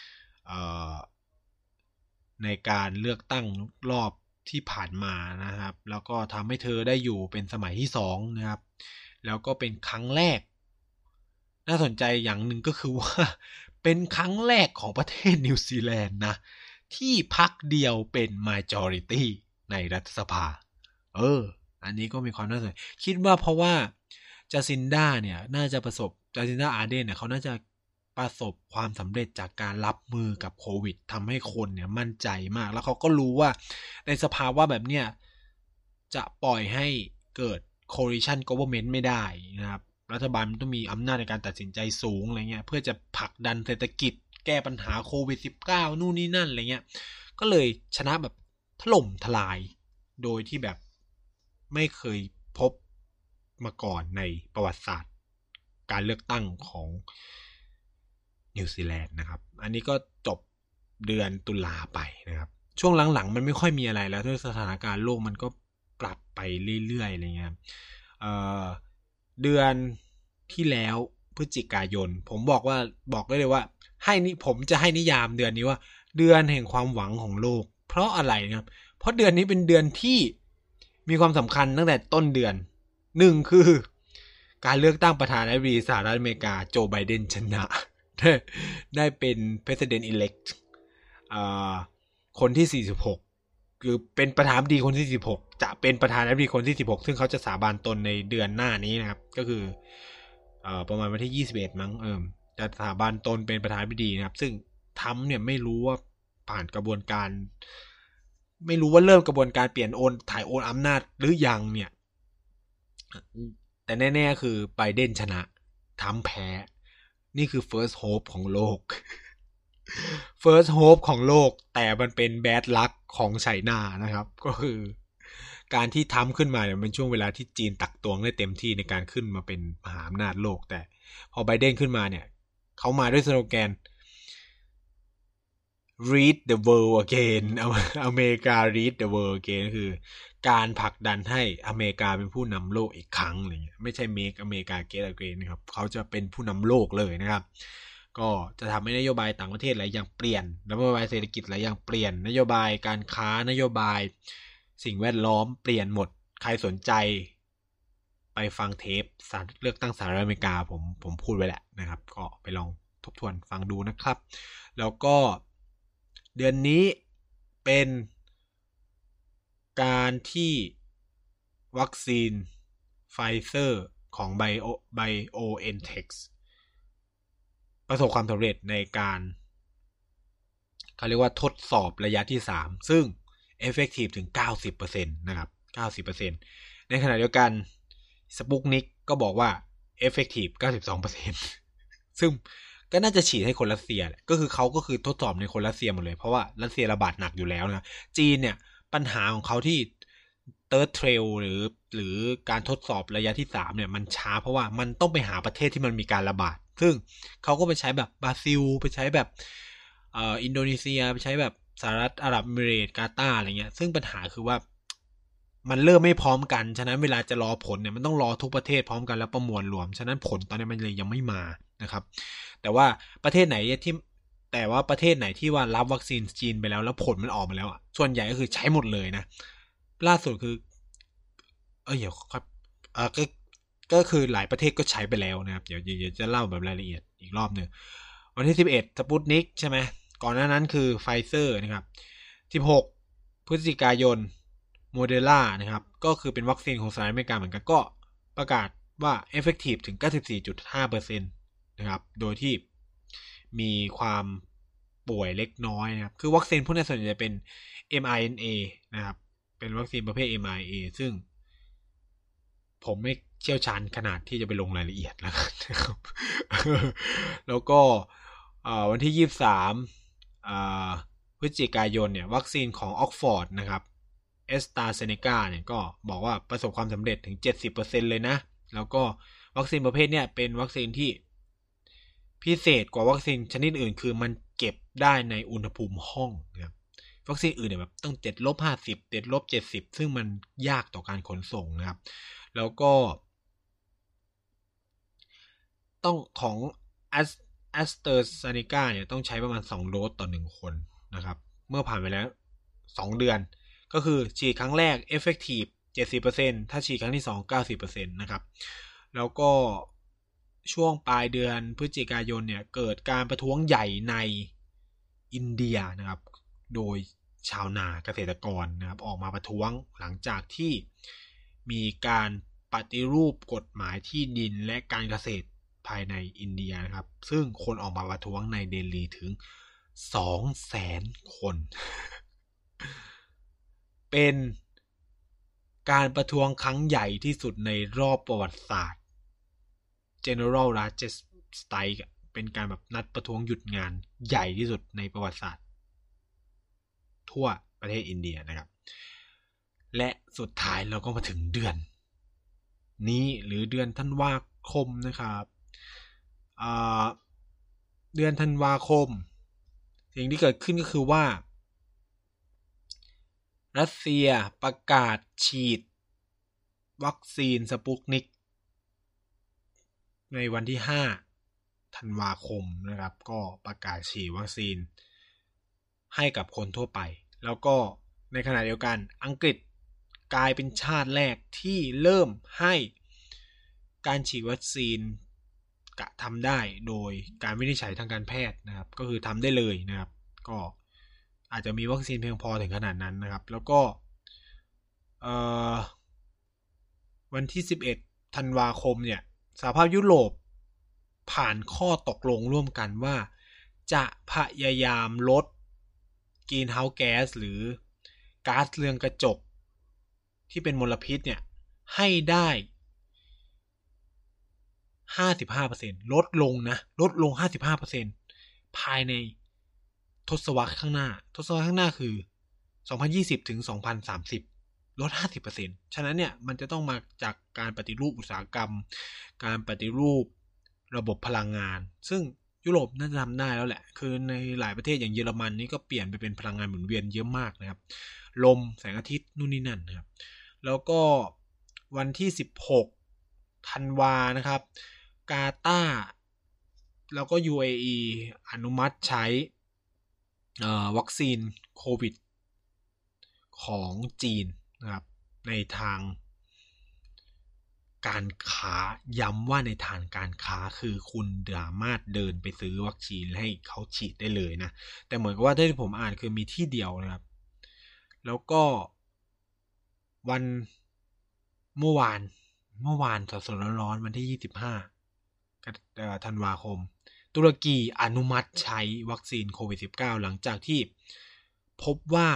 ในการเลือกตั้งรอบที่ผ่านมานะครับแล้วก็ทำให้เธอได้อยู่เป็นสมัยที่2นะครับแล้วก็เป็นครั้งแรกน่าสนใจอย่างหนึ่งก็คือว่าเป็นครั้งแรกของประเทศนิวซีแลนด์นะที่พรรคเดียวเป็น majority ในรัฐสภาอันนี้ก็มีความน่าสนใจคิดว่าเพราะว่าจาซินดาเนี่ยน่าจะจาซินดาอาร์เดนเนี่ยเขาน่าจะประสบความสำเร็จจากการรับมือกับโควิดทำให้คนเนี่ยมั่นใจมากแล้วเขาก็รู้ว่าในสภาวะแบบเนี้ยจะปล่อยให้เกิด coalition government ไม่ได้นะครับรัฐบาลมันต้องมีอำนาจในการตัดสินใจสูงอะไรเงี้ยเพื่อจะผลักดันเศรษฐกิจแก้ปัญหาโควิด -19 นู่นนี่นั่นอะไรเงี้ยก็เลยชนะแบบถล่มทลายโดยที่แบบไม่เคยพบมาก่อนในประวัติศาสตร์การเลือกตั้งของนิวซีแลนด์นะครับอันนี้ก็จบเดือนตุลาไปนะครับช่วงหลังๆมันไม่ค่อยมีอะไรแล้วด้วยสถานการณ์โลกมันก็ปรับไปเรื่อยๆอะไรเงี้ยเดือนที่แล้วพฤศจิกายนผมบอกได้เลยว่าผมจะให้นิยามเดือนนี้ว่าเดือนแห่งความหวังของโลกเพราะอะไรนะครับเพราะเดือนนี้เป็นเดือนที่มีความสำคัญตั้งแต่ต้นเดือน1คือการเลือกตั้งประธานาธิบดีสหรัฐอเมริกาโจไบเดนชนะได้เป็น President elect คนที่46คือเป็นประธานาธิบดีคนที่16จะเป็นประธานาธิบดีคนที่16ซึ่งเขาจะสาบานตนในเดือนหน้านี้นะครับก็คือประมาณวันที่21มั้งจะสาบานตนเป็นประธานาธิบดีนะครับซึ่งทรัมป์เนี่ยไม่รู้ว่าผ่านกระบวนการไม่รู้ว่าเริ่มกระบวนการเปลี่ยนถ่ายโอนอำนาจหรือยังเนี่ยแต่แน่ๆคือไบเดนชนะทรัมป์แพ้นี่คือ first hope ของโลก first hope ของโลกแต่มันเป็น bad luck ของไชน่านะครับก็คือการที่ทรัมป์ขึ้นมาเนี่ยเป็นช่วงเวลาที่จีนตักตวงได้เต็มที่ในการขึ้นมาเป็นมหาอำนาจโลกแต่พอไบเดนขึ้นมาเนี่ยเขามาด้วยสโลแกน read the world again อเมริกา read the world again คือการผลักดันให้อเมริกาเป็นผู้นำโลกอีกครั้งอะไรเงี้ยไม่ใช่ make America great again นะครับเขาจะเป็นผู้นำโลกเลยนะครับก็จะทำให้นโยบายต่างประเทศหลายอย่างเปลี่ยนนโยบายเศรษฐกิจหลายอย่างเปลี่ยนนโยบายการค้านโยบายสิ่งแวดล้อมเปลี่ยนหมดใครสนใจไปฟังเทปเลือกตั้งสหรัฐอเมริกาผมพูดไว้แหละนะครับก็ไปลองทบทวนฟังดูนะครับแล้วก็เดือนนี้เป็นการที่วัคซีนไฟเซอร์ของ BioNTech ประสบความสำเร็จในการเขาเรียกว่าทดสอบระยะที่3ซึ่ง effective ถึง 90% นะครับ 90% ในขณะเดียวกันสปุกนิกก็บอกว่า effective 92% ซึ่งก็น่าจะฉีดให้คนรัสเซียแหละก็คือทดสอบในคนรัสเซียหมดเลยเพราะว่ารัสเซียระบาดหนักอยู่แล้วนะจีนเนี่ยปัญหาของเขาที่ third trail หรือการทดสอบระยะที่3เนี่ยมันช้าเพราะว่ามันต้องไปหาประเทศที่มันมีการระบาดซึ่งเขาก็ไปใช้แบบบราซิลไปใช้แบบอินโดนีเซียไปใช้แบบสหรัฐอาหรับเอมิเรตส์กาตาร์อะไรเงี้ยซึ่งปัญหาคือว่ามันเริ่มไม่พร้อมกันฉะนั้นเวลาจะรอผลเนี่ยมันต้องรอทุกประเทศพร้อมกันแล้วประมวลรวมฉะนั้นผลตอนนี้มันเลยยังไม่มานะครับแต่ว่าประเทศไหนที่ว่ารับวัคซีนจีนไปแล้วผลมันออกมาแล้วอ่ะส่วนใหญ่ก็คือใช้หมดเลยนะล่าสุดคือเดี๋ยวครับก็คือหลายประเทศก็ใช้ไปแล้วนะครับเดี๋ยวจะเล่าแบบรายละเอียดอีกรอบนึงวันที่11สปุตนิกใช่ไหมก่อนหน้านั้นคือไฟเซอร์นะครับ16พฤศจิกายนโมเดอร์นานะครับก็คือเป็นวัคซีนของสหรัฐอเมริกาเหมือนกันก็ประกาศว่า effective ถึง 94.5% นะครับโดยที่มีความป่วยเล็กน้อยนะครับคือวัคซีนพวกนี้ส่วนใหญ่จะเป็น mRNA นะครับเป็นวัคซีนประเภท mRNA ซึ่งผมไม่เชี่ยวชาญขนาดที่จะไปลงรายละเอียดแล้วนะครับแล้วก็วันที่23พฤศจิกายนเนี่ยวัคซีนของออกฟอร์ดนะครับแอสตราเซเนกาเนี่ยก็บอกว่าประสบความสำเร็จถึง 70% เลยนะแล้วก็วัคซีนประเภทเนี่ยเป็นวัคซีนที่พิเศษกว่าวัคซีนชนิดอื่นคือมันเก็บได้ในอุณหภูมิห้องนะครับวัคซีนอื่นเนี่ยแบบต้อง7-50 7-70ซึ่งมันยากต่อการขนส่งนะครับแล้วก็ต้องของแอสเตอร์ซาเนกาเนี่ยต้องใช้ประมาณ2โดสต่อ1คนนะครับเมื่อผ่านไปแล้ว2เดือนก็คือฉีดครั้งแรก effective 70% ถ้าฉีดครั้งที่2 90% นะครับแล้วก็ช่วงปลายเดือนพฤศจิกายนเนี่ยเกิดการประท้วงใหญ่ในอินเดียนะครับโดยชาวนาเกษตรกรนะครับออกมาประท้วงหลังจากที่มีการปฏิรูปกฎหมายที่ดินและการเกษตรภายในอินเดียนะครับซึ่งคนออกมาประท้วงในเดลีถึง 200,000 คน เป็นการประท้วงครั้งใหญ่ที่สุดในรอบประวัติศาสตร์ General Largest Strike เป็นการแบบนัดประท้วงหยุดงานใหญ่ที่สุดในประวัติศาสตร์ทั่วประเทศอินเดียนะครับและสุดท้ายเราก็มาถึงเดือนนี้หรือเดือนธันวาคมนะครับเดือนธันวาคมสิ่งที่เกิดขึ้นก็คือว่ารัสเซียประกาศฉีดวัคซีนสปุตนิกในวันที่5ธันวาคมนะครับก็ประกาศฉีดวัคซีนให้กับคนทั่วไปแล้วก็ในขณะเดียวกันอังกฤษกลายเป็นชาติแรกที่เริ่มให้การฉีดวัคซีนกระทำได้โดยการวินิจฉัยทางการแพทย์นะครับก็คือทำได้เลยนะครับก็อาจจะมีวัคซีนเพียงพอถึงขนาดนั้นนะครับแล้วก็วันที่11ธันวาคมเนี่ยสหภาพยุโรปผ่านข้อตกลงร่วมกันว่าจะพยายามลดกรีนเฮาส์แก๊สหรือก๊าซเรือนกระจกที่เป็นมลพิษเนี่ยให้ได้ 55% ลดลง 55% ภายในทศวรรษข้างหน้าคือ2020ถึง2030ลด 50% ฉะนั้นเนี่ยมันจะต้องมาจากการปฏิรูปอุตสาหกรรมการปฏิรูประบบพลังงานซึ่งยุโรปน่าจะทำได้แล้วแหละคือในหลายประเทศอย่างเยอรมันนี่ก็เปลี่ยนไปเป็นพลังงานหมุนเวียนเยอะมากนะครับลมแสงอาทิตย์นู่นนี่นั่นนะครับแล้วก็วันที่16ธันวานะครับกาตาร์แล้วก็ UAE อนุมัติใช้วัคซีนโควิดของจีนนะครับในทางการค้าย้ำว่าในทางการค้าคือคุณสามารถเดินไปซื้อวัคซีนให้เขาฉีดได้เลยนะแต่เหมือนกับว่าที่ผมอ่านคือมีที่เดียวนะครับแล้วก็วันเมื่อวานสดๆร้อนๆวันที่25ธันวาคมตุรกีอนุมัติใช้วัคซีนโควิด-19 หลังจากที่พบว่า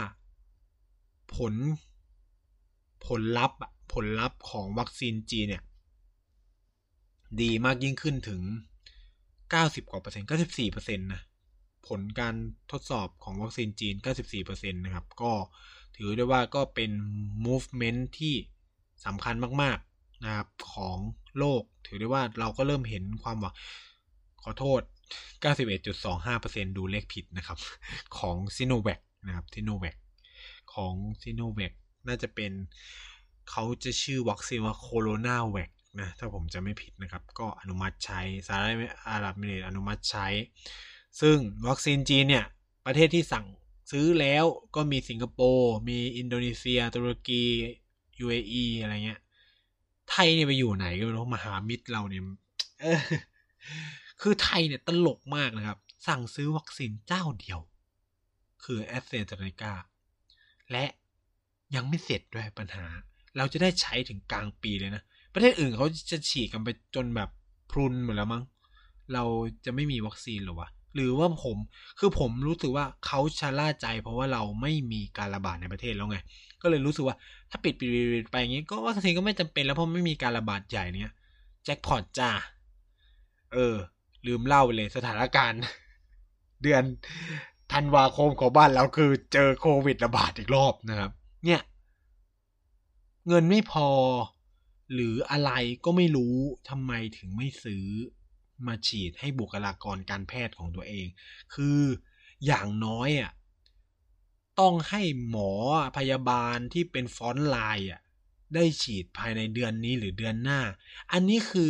ผลลัพธ์ของวัคซีนจีนเนี่ยดีมากยิ่งขึ้นถึง90กว่าเปอร์เซ็นต์ 94% นะผลการทดสอบของวัคซีนจีน 94% นะครับก็ถือได้ว่าก็เป็น movement ที่สำคัญมากๆนะครับของโลกถือได้ว่าเราก็เริ่มเห็นความหวังขอโทษ 91.25% ดูเลขผิดนะครับของซิโนแวคนะครับซิโนแวคของซิโนแวคน่าจะเป็นเขาจะชื่อวัคซีนว่าโคโรนาแวคนะถ้าผมจะไม่ผิดนะครับก็อนุมัติใช้สหรัฐอาหรับเอมิเรตส์อนุมัติใช้ซึ่งวัคซีนจีนเนี่ยประเทศที่สั่งซื้อแล้วก็มีสิงคโปร์มีอินโดนีเซียตุรกี UAE อะไรเงี้ยไทยเนี่ยไปอยู่ไหนก็ไม่รู้มหามิตรเราเนี่ยคือไทยเนี่ยตลกมากนะครับสั่งซื้อวัคซีนเจ้าเดียวคือแอสเตราเซเนกาและยังไม่เสร็จด้วยปัญหาเราจะได้ใช้ถึงกลางปีเลยนะประเทศอื่นเขาจะฉีดกันไปจนแบบพรุนหมดแล้วมั้งเราจะไม่มีวัคซีนหรอวะหรือว่าผมรู้สึกว่าเขาชะล่าใจเพราะว่าเราไม่มีการระบาดในประเทศแล้วไงก็เลยรู้สึกว่าถ้าปิดไปอย่างงี้ก็วัคซีนก็ไม่จำเป็นแล้วเพราะไม่มีการระบาดใหญ่เนี้ยแจ็คพอตจ้าลืมเล่าไปเลยสถานการณ์เดือนธันวาคมของบ้านเราคือเจอโควิดระบาดอีกรอบนะครับเนี่ยเงินไม่พอหรืออะไรก็ไม่รู้ทำไมถึงไม่ซื้อมาฉีดให้บุคลากรการแพทย์ของตัวเองคืออย่างน้อยต้องให้หมอพยาบาลที่เป็นฟรอนต์ไลน์ได้ฉีดภายในเดือนนี้หรือเดือนหน้าอันนี้คือ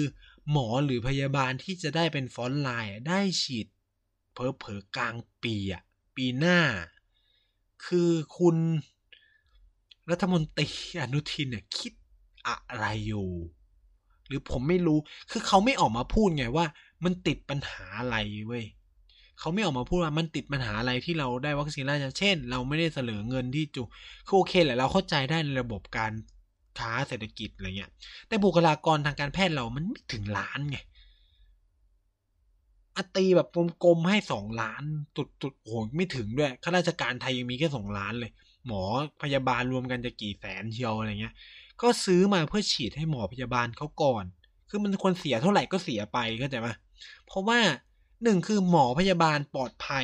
หมอหรือพยาบาลที่จะได้เป็นฟรอนต์ไลน์ได้ฉีดเผลอๆกลางปีปีหน้าคือคุณรัฐมนตรีอนุทินเนี่ยคิดอะไรอยู่หรือผมไม่รู้คือเขาไม่ออกมาพูดไงว่ามันติดปัญหาอะไรเว้ยเขาไม่ออกมาพูดว่ามันติดปัญหาอะไรที่เราได้วัคซีนแล้วเช่นเราไม่ได้เสนอเงินที่คือโอเคแหละเราเข้าใจได้ในระบบการค้าเศรษฐกิจอะไรเงี้ยแต่บุคลากรทางการแพทย์เรามันไม่ถึงล้านไงตีแบบกลมๆให้2 ล้านตุดโหไม่ถึงด้วยข้าราชการไทยยังมีแค่2 ล้านเลยหมอพยาบาลรวมกันจะกี่แสนเชียวอะไรเงี้ยก็ซื้อมาเพื่อฉีดให้หมอพยาบาลเขาก่อนคือมันควรเสียเท่าไหร่ก็เสียไปเข้าใจไหมเพราะว่า1คือหมอพยาบาลปลอดภัย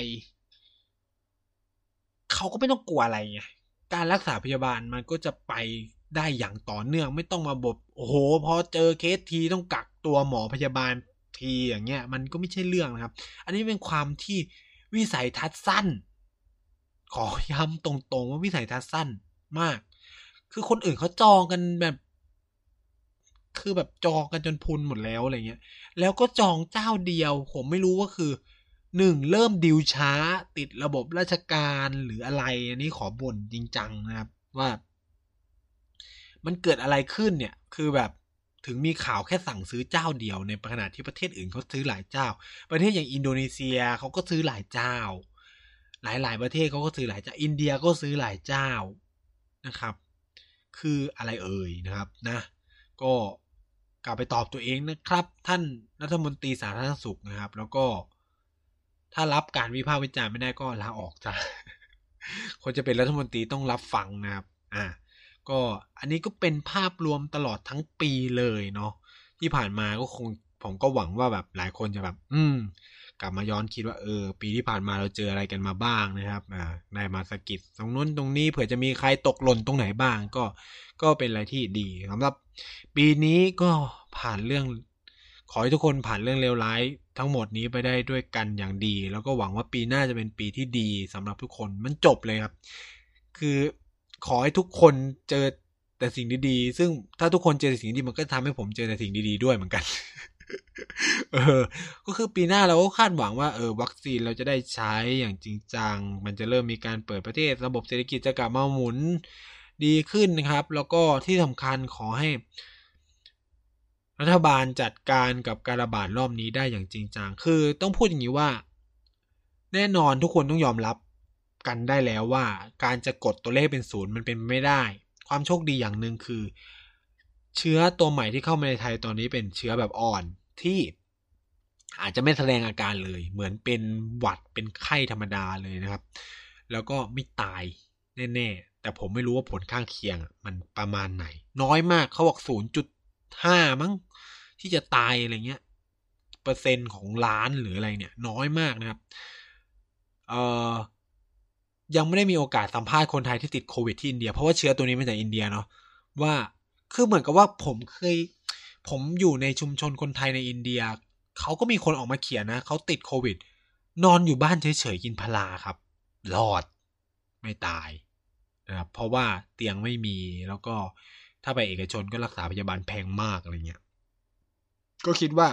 เขาก็ไม่ต้องกลัวอะไรไงการรักษาพยาบาลมันก็จะไปได้อย่างต่อเนื่องไม่ต้องมาบบโอ้โหพอเจอเคสทีต้องกักตัวหมอพยาบาลทีอย่างเงี้ยมันก็ไม่ใช่เรื่องนะครับอันนี้เป็นความที่วิสัยทัศน์สั้นขอย้ำตรงๆว่าวิสัยทัศน์สั้นมากคือคนอื่นเขาจองกันแบบคือแบบจองกันจนพุนหมดแล้วอะไรเงี้ยแล้วก็จองเจ้าเดียวผมไม่รู้ว่าคือ1เริ่มดิวช้าติดระบบราชการหรืออะไรอันนี้ขอบ่นจริงจังนะครับว่ามันเกิดอะไรขึ้นเนี่ยคือแบบถึงมีข่าวแค่สั่งซื้อเจ้าเดียวในขณะที่ประเทศอื่นเขาซื้อหลายเจ้าประเทศอย่างอินโดนีเซียเขาก็ซื้อหลายเจ้าหลายๆประเทศเขาก็ซื้อหลายเจ้าอินเดียก็ซื้อหลายเจ้านะครับคืออะไรนะครับนะก็กลับไปตอบตัวเองนะครับท่านรัฐมนตรีสาธารณสุขนะครับแล้วก็ถ้ารับการวิพากษ์วิจารณ์ไม่ได้ก็ลาออกจ้ะคนจะเป็นรัฐมนตรีต้องรับฟังนะครับก็อันนี้ก็เป็นภาพรวมตลอดทั้งปีเลยเนาะที่ผ่านมาก็คงผมก็หวังว่าแบบหลายคนจะแบบกลับมาย้อนคิดว่าปีที่ผ่านมาเราเจออะไรกันมาบ้างนะครับได้มาสะกิดตรงนู้นตรงนี้เผื่อจะมีใครตกหล่นตรงไหนบ้างก็เป็นอะไรที่ดีสำหรับปีนี้ก็ผ่านเรื่องขอให้ทุกคนผ่านเรื่องเลวร้ายทั้งหมดนี้ไปได้ด้วยกันอย่างดีแล้วก็หวังว่าปีหน้าจะเป็นปีที่ดีสำหรับทุกคนมันจบเลยครับคือขอให้ทุกคนเจอแต่สิ่งดีๆซึ่งถ้าทุกคนเจอแต่สิ่งดีมันก็ทำให้ผมเจอแต่สิ่งดีๆด้วยเหมือนกันก็คือปีหน้าเราก็คาดหวังว่าวัคซีนเราจะได้ใช้อย่างจริงจังมันจะเริ่มมีการเปิดประเทศระบบเศรษฐกิจจะกลับมาหมุนดีขึ้นนะครับแล้วก็ที่สำคัญขอให้รัฐบาลจัดการกับการระบาดรอบนี้ได้อย่างจริงจังคือต้องพูดอย่างนี้ว่าแน่นอนทุกคนต้องยอมรับกันได้แล้วว่าการจะกดตัวเลขเป็น0มันเป็นไม่ได้ความโชคดีอย่างนึงคือเชื้อตัวใหม่ที่เข้ามาในไทยตอนนี้เป็นเชื้อแบบอ่อนที่อาจจะไม่แสดงอาการเลยเหมือนเป็นหวัดเป็นไข้ธรรมดาเลยนะครับแล้วก็ไม่ตายแน่ๆแต่ผมไม่รู้ว่าผลข้างเคียงมันประมาณไหนน้อยมากเขาบอก0.5 มั้งที่จะตายอะไรเงี้ยเปอร์เซ็นต์ของล้านหรืออะไรเนี่ยน้อยมากนะครับยังไม่ได้มีโอกาสสัมภาษณ์คนไทยที่ติดโควิดที่อินเดียเพราะว่าเชื้อตัวนี้มาจากอินเดียเนาะว่าคือเหมือนกับว่าผมอยู่ในชุมชนคนไทยในอินเดียเขาก็มีคนออกมาเขียนนะเขาติดโควิดนอนอยู่บ้านเฉยๆกินพาราครับรอดไม่ตายนะครับเพราะว่าเตียงไม่มีแล้วก็ถ้าไปเอกชนก็รักษาพยาบาลแพงมากอะไรเงี้ยก็คิดว่า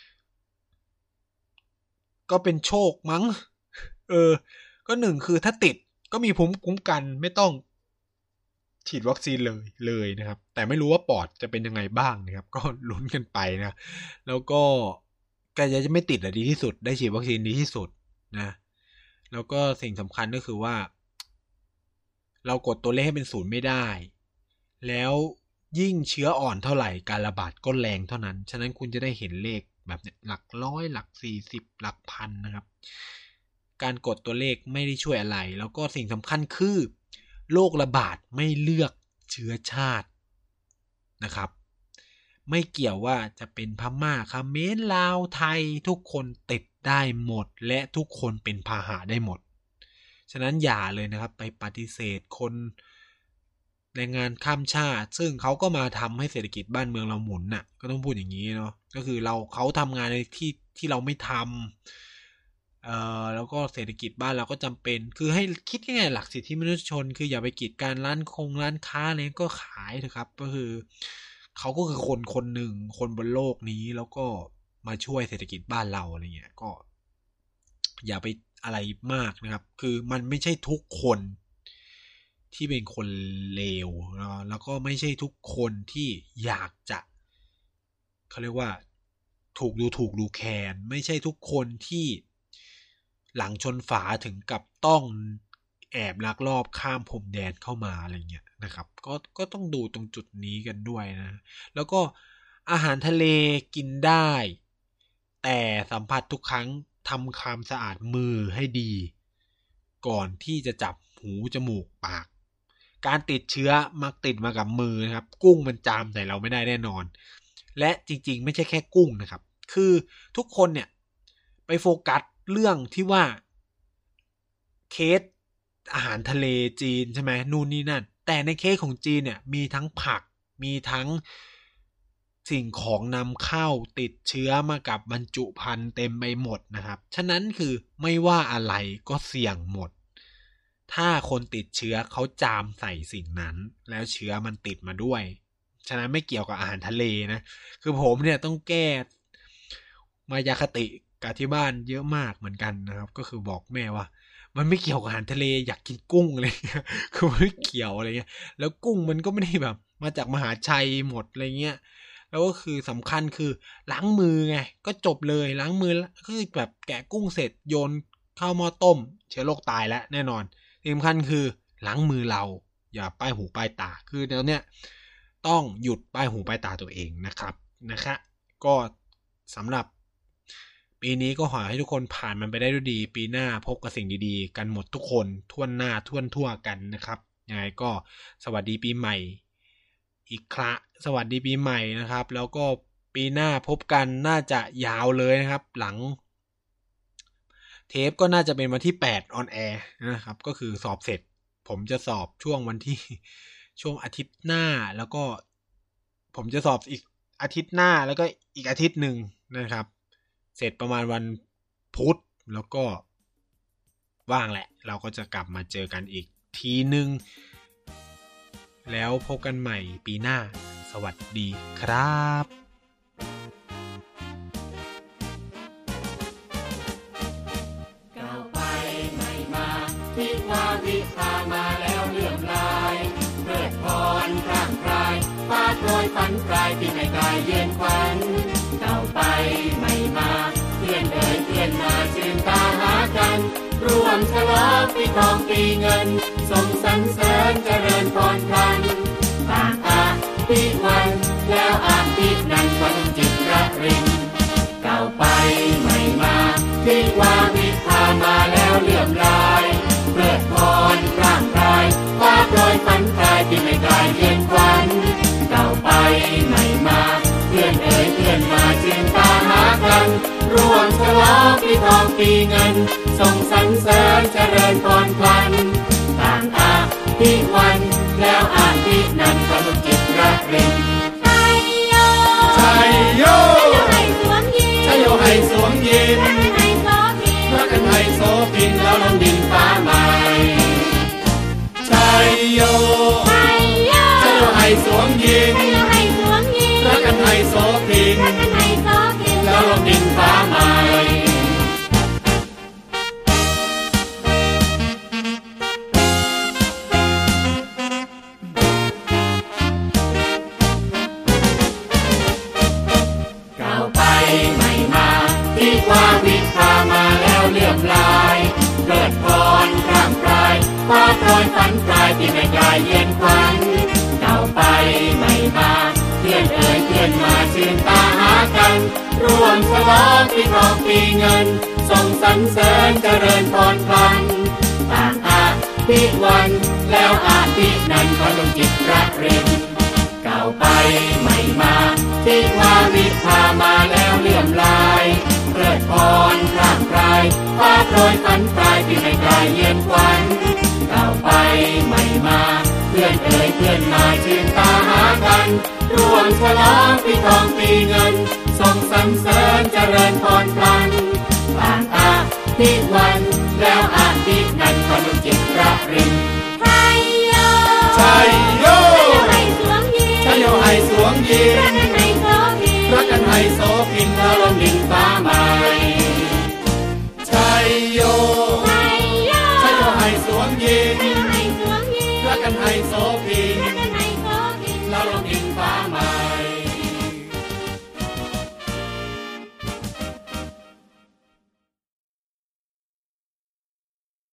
ก็เป็นโชคมั้งก็1คือถ้าติดก็มีภูมิคุ้มกันไม่ต้องฉีดวัคซีนเลยนะครับแต่ไม่รู้ว่าปอดจะเป็นยังไงบ้างนะครับก็ลุ้นกันไปนะแล้วก็จะไม่ติดดีที่สุดได้ฉีดวัคซีนดีที่สุดนะแล้วก็สิ่งสำคัญก็คือว่าเรากดตัวเลขให้เป็น0ไม่ได้แล้วยิ่งเชื้ออ่อนเท่าไหร่การระบาดก็แรงเท่านั้นฉะนั้นคุณจะได้เห็นเลขแบบเนี้ยหลักร้อยหลัก40หลักพันนะครับการกดตัวเลขไม่ได้ช่วยอะไรแล้วก็สิ่งสำคัญคือโรคระบาดไม่เลือกเชื้อชาตินะครับไม่เกี่ยวว่าจะเป็นพม่าเขมรลาวไทยทุกคนติดได้หมดและทุกคนเป็นพาหะได้หมดฉะนั้นอย่าเลยนะครับไปปฏิเสธคนแรงงานข้ามชาติซึ่งเขาก็มาทำให้เศรษฐกิจบ้านเมืองเราหมุนน่ะก็ต้องพูดอย่างนี้เนาะก็คือเขาทำงานในที่เราไม่ทำแล้วก็เศรษฐกิจบ้านเราก็จำเป็นคือให้คิดง่ายๆหลักสิทธิมนุษยชนคืออย่าไปกีดกันร้านค้าอะไรก็ขายเถอะครับก็คือเขาก็คือคนคนหนึ่งคนบนโลกนี้แล้วก็มาช่วยเศรษฐกิจบ้านเราอะไรเงี้ยก็อย่าไปอะไรมากนะครับคือมันไม่ใช่ทุกคนที่เป็นคนเลวแล้วก็ไม่ใช่ทุกคนที่อยากจะเขาเรียกว่าถูกดูแคลนไม่ใช่ทุกคนที่หลังชนฝาถึงกับต้องแอบลักลอบข้ามพรมแดนเข้ามาอะไรเงี้ยนะครับก็ต้องดูตรงจุดนี้กันด้วยนะแล้วก็อาหารทะเลกินได้แต่สัมผัสทุกครั้งทำความสะอาดมือให้ดีก่อนที่จะจับหูจมูกปากการติดเชื้อมักติดมากับมือนะครับกุ้งมันจามใส่เราไม่ได้แน่นอนและจริงๆไม่ใช่แค่กุ้งนะครับคือทุกคนเนี่ยไปโฟกัสเรื่องที่ว่าเคสอาหารทะเลจีนใช่ไหมนู่นนี่นั่นแต่ในเคสของจีนเนี่ยมีทั้งผักมีทั้งสิ่งของนำเข้าติดเชื้อมากับบรรจุภัณฑ์เต็มไปหมดนะครับฉะนั้นคือไม่ว่าอะไรก็เสี่ยงหมดถ้าคนติดเชื้อเขาจามใส่สิ่งนั้นแล้วเชื้อมันติดมาด้วยฉะนั้นไม่เกี่ยวกับอาหารทะเลนะคือผมเนี่ยต้องแก้มายาคติกับที่บ้านเยอะมากเหมือนกันนะครับก็คือบอกแม่ว่ามันไม่เกี่ยวกับอาหารทะเลอยากกินกุ้งอะไรเงี้ยคือไม่เกี่ยวอะไรเงี้ยแล้วกุ้งมันก็ไม่ได้แบบมาจากมหาชัยหมดอะไรเงี้ยแล้วก็คือสำคัญคือล้างมือไงก็จบเลยล้างมือคือแบบแกะกุ้งเสร็จโยนเข้าหม้อต้มเชื้อโรคตายแล้วแน่นอนที่สำคัญคือล้างมือเราอย่าป้ายหูป้ายตาคือเดี๋ยวเนี้ยต้องหยุดป้ายหูป้ายตาตัวเองนะครับก็สำหรับปีนี้ก็ขอให้ทุกคนผ่านมันไปได้ด้วยดีปีหน้าพบกับสิ่งดีๆกันหมดทุกคนทั่วหน้าทั่วกันนะครับยังไงก็สวัสดีปีใหม่อีกครั้งสวัสดีปีใหม่นะครับแล้วก็ปีหน้าพบกันน่าจะยาวเลยนะครับหลังเทปก็น่าจะเป็นวันที่8ออนแอร์นะครับก็คือสอบเสร็จผมจะสอบช่วงวันที่ช่วงอาทิตย์หน้าแล้วก็ผมจะสอบอีกอาทิตย์หน้าแล้วก็อีกอาทิตย์นึงนะครับเสร็จประมาณวันพุธแล้วก็ว่างแหละเราก็จะกลับมาเจอกันอีกทีนึงแล้วพบกันใหม่ปีหน้าสวัสดีครับก้าวไปใหม่มาที่ว่าวิภามาแล้วเลื่อมลายเปิดพรร่างกายฟ้าโปรยฝันกลายที่ไม่กายเย็นควันก้าวไปใหม่มาเพื่อนเอ่ยเพื่อนมาชื่นตาหากันร่วมฉลองปีทองปีเงินส่งสรรเสริญเจริญพรพลันต่างปีวันแล้วอ่านปีนั้นวันจิตระรินก้าวไปใหม่มาที่ว่าวิภามาแล้วเลื่อมลายเปิดพรร่างกายฟ้าโปรยฝันกายที่ไม่กายเย็นควันก้าวไปใหม่มาเพื่อนเอ่ยเพื่อนมาชื่นตาหากันร่วมฉลองปีทองปีเงินส่งสรรเสริญเจริญพรพลันต่างปีวันแล้วอ่านปีนั้นสนุกจิตระรินชัยโยชัยโยให้สวมยิ้มชัยโยให้สวมยิ้มรักกันให้โสภินแล้วลงดินฟ้าใหม่ชัยโยชัยโยให้สวมยิ้มรักกันให้โสภินแล้วลงดินฟ้าใหม่ก้าวไปใหม่มาที่ว่าวิภามาแล้วเลื่อมลายเปิดพรร่างกายฟ้าโปรยฝันกายที่ไม่กายเย็นควันก้าวไปใหม่มาเพื่อนเอ่ยเพื่อนมาชื่นตาหากันร่วมฉลองปีทองปีเงินส่งสรรเสริญเจริญพรพลันต่างปีวันแล้วอาทิตย์นั้นก็ลงจิตระรินก้าวไปใหม่มาที่ว่าวิภามาแล้วเลื่อมลายเปิดพรร่างกายฟ้าโปรยฝันกายที่ไม่กายเย็นควันก้าวไปใหม่มาเพื่อนเอ่ยเพื่อนมาชื่นตาหากันร่วมฉลองปีทองปีเงินส่งสรรเสริญเจริญพรพลันต่างปีวันแล้วอาทิตย์นั้นก็ลงจิตระรินชัยโยชัยโยให้สวมยิ้มชัยโยให้สวมยิงรักกันให้โสพินรักกันให้โสพินถล่มดินฟ้าใหม่ชัยโยชัยโยชัยโยให้สวมยิง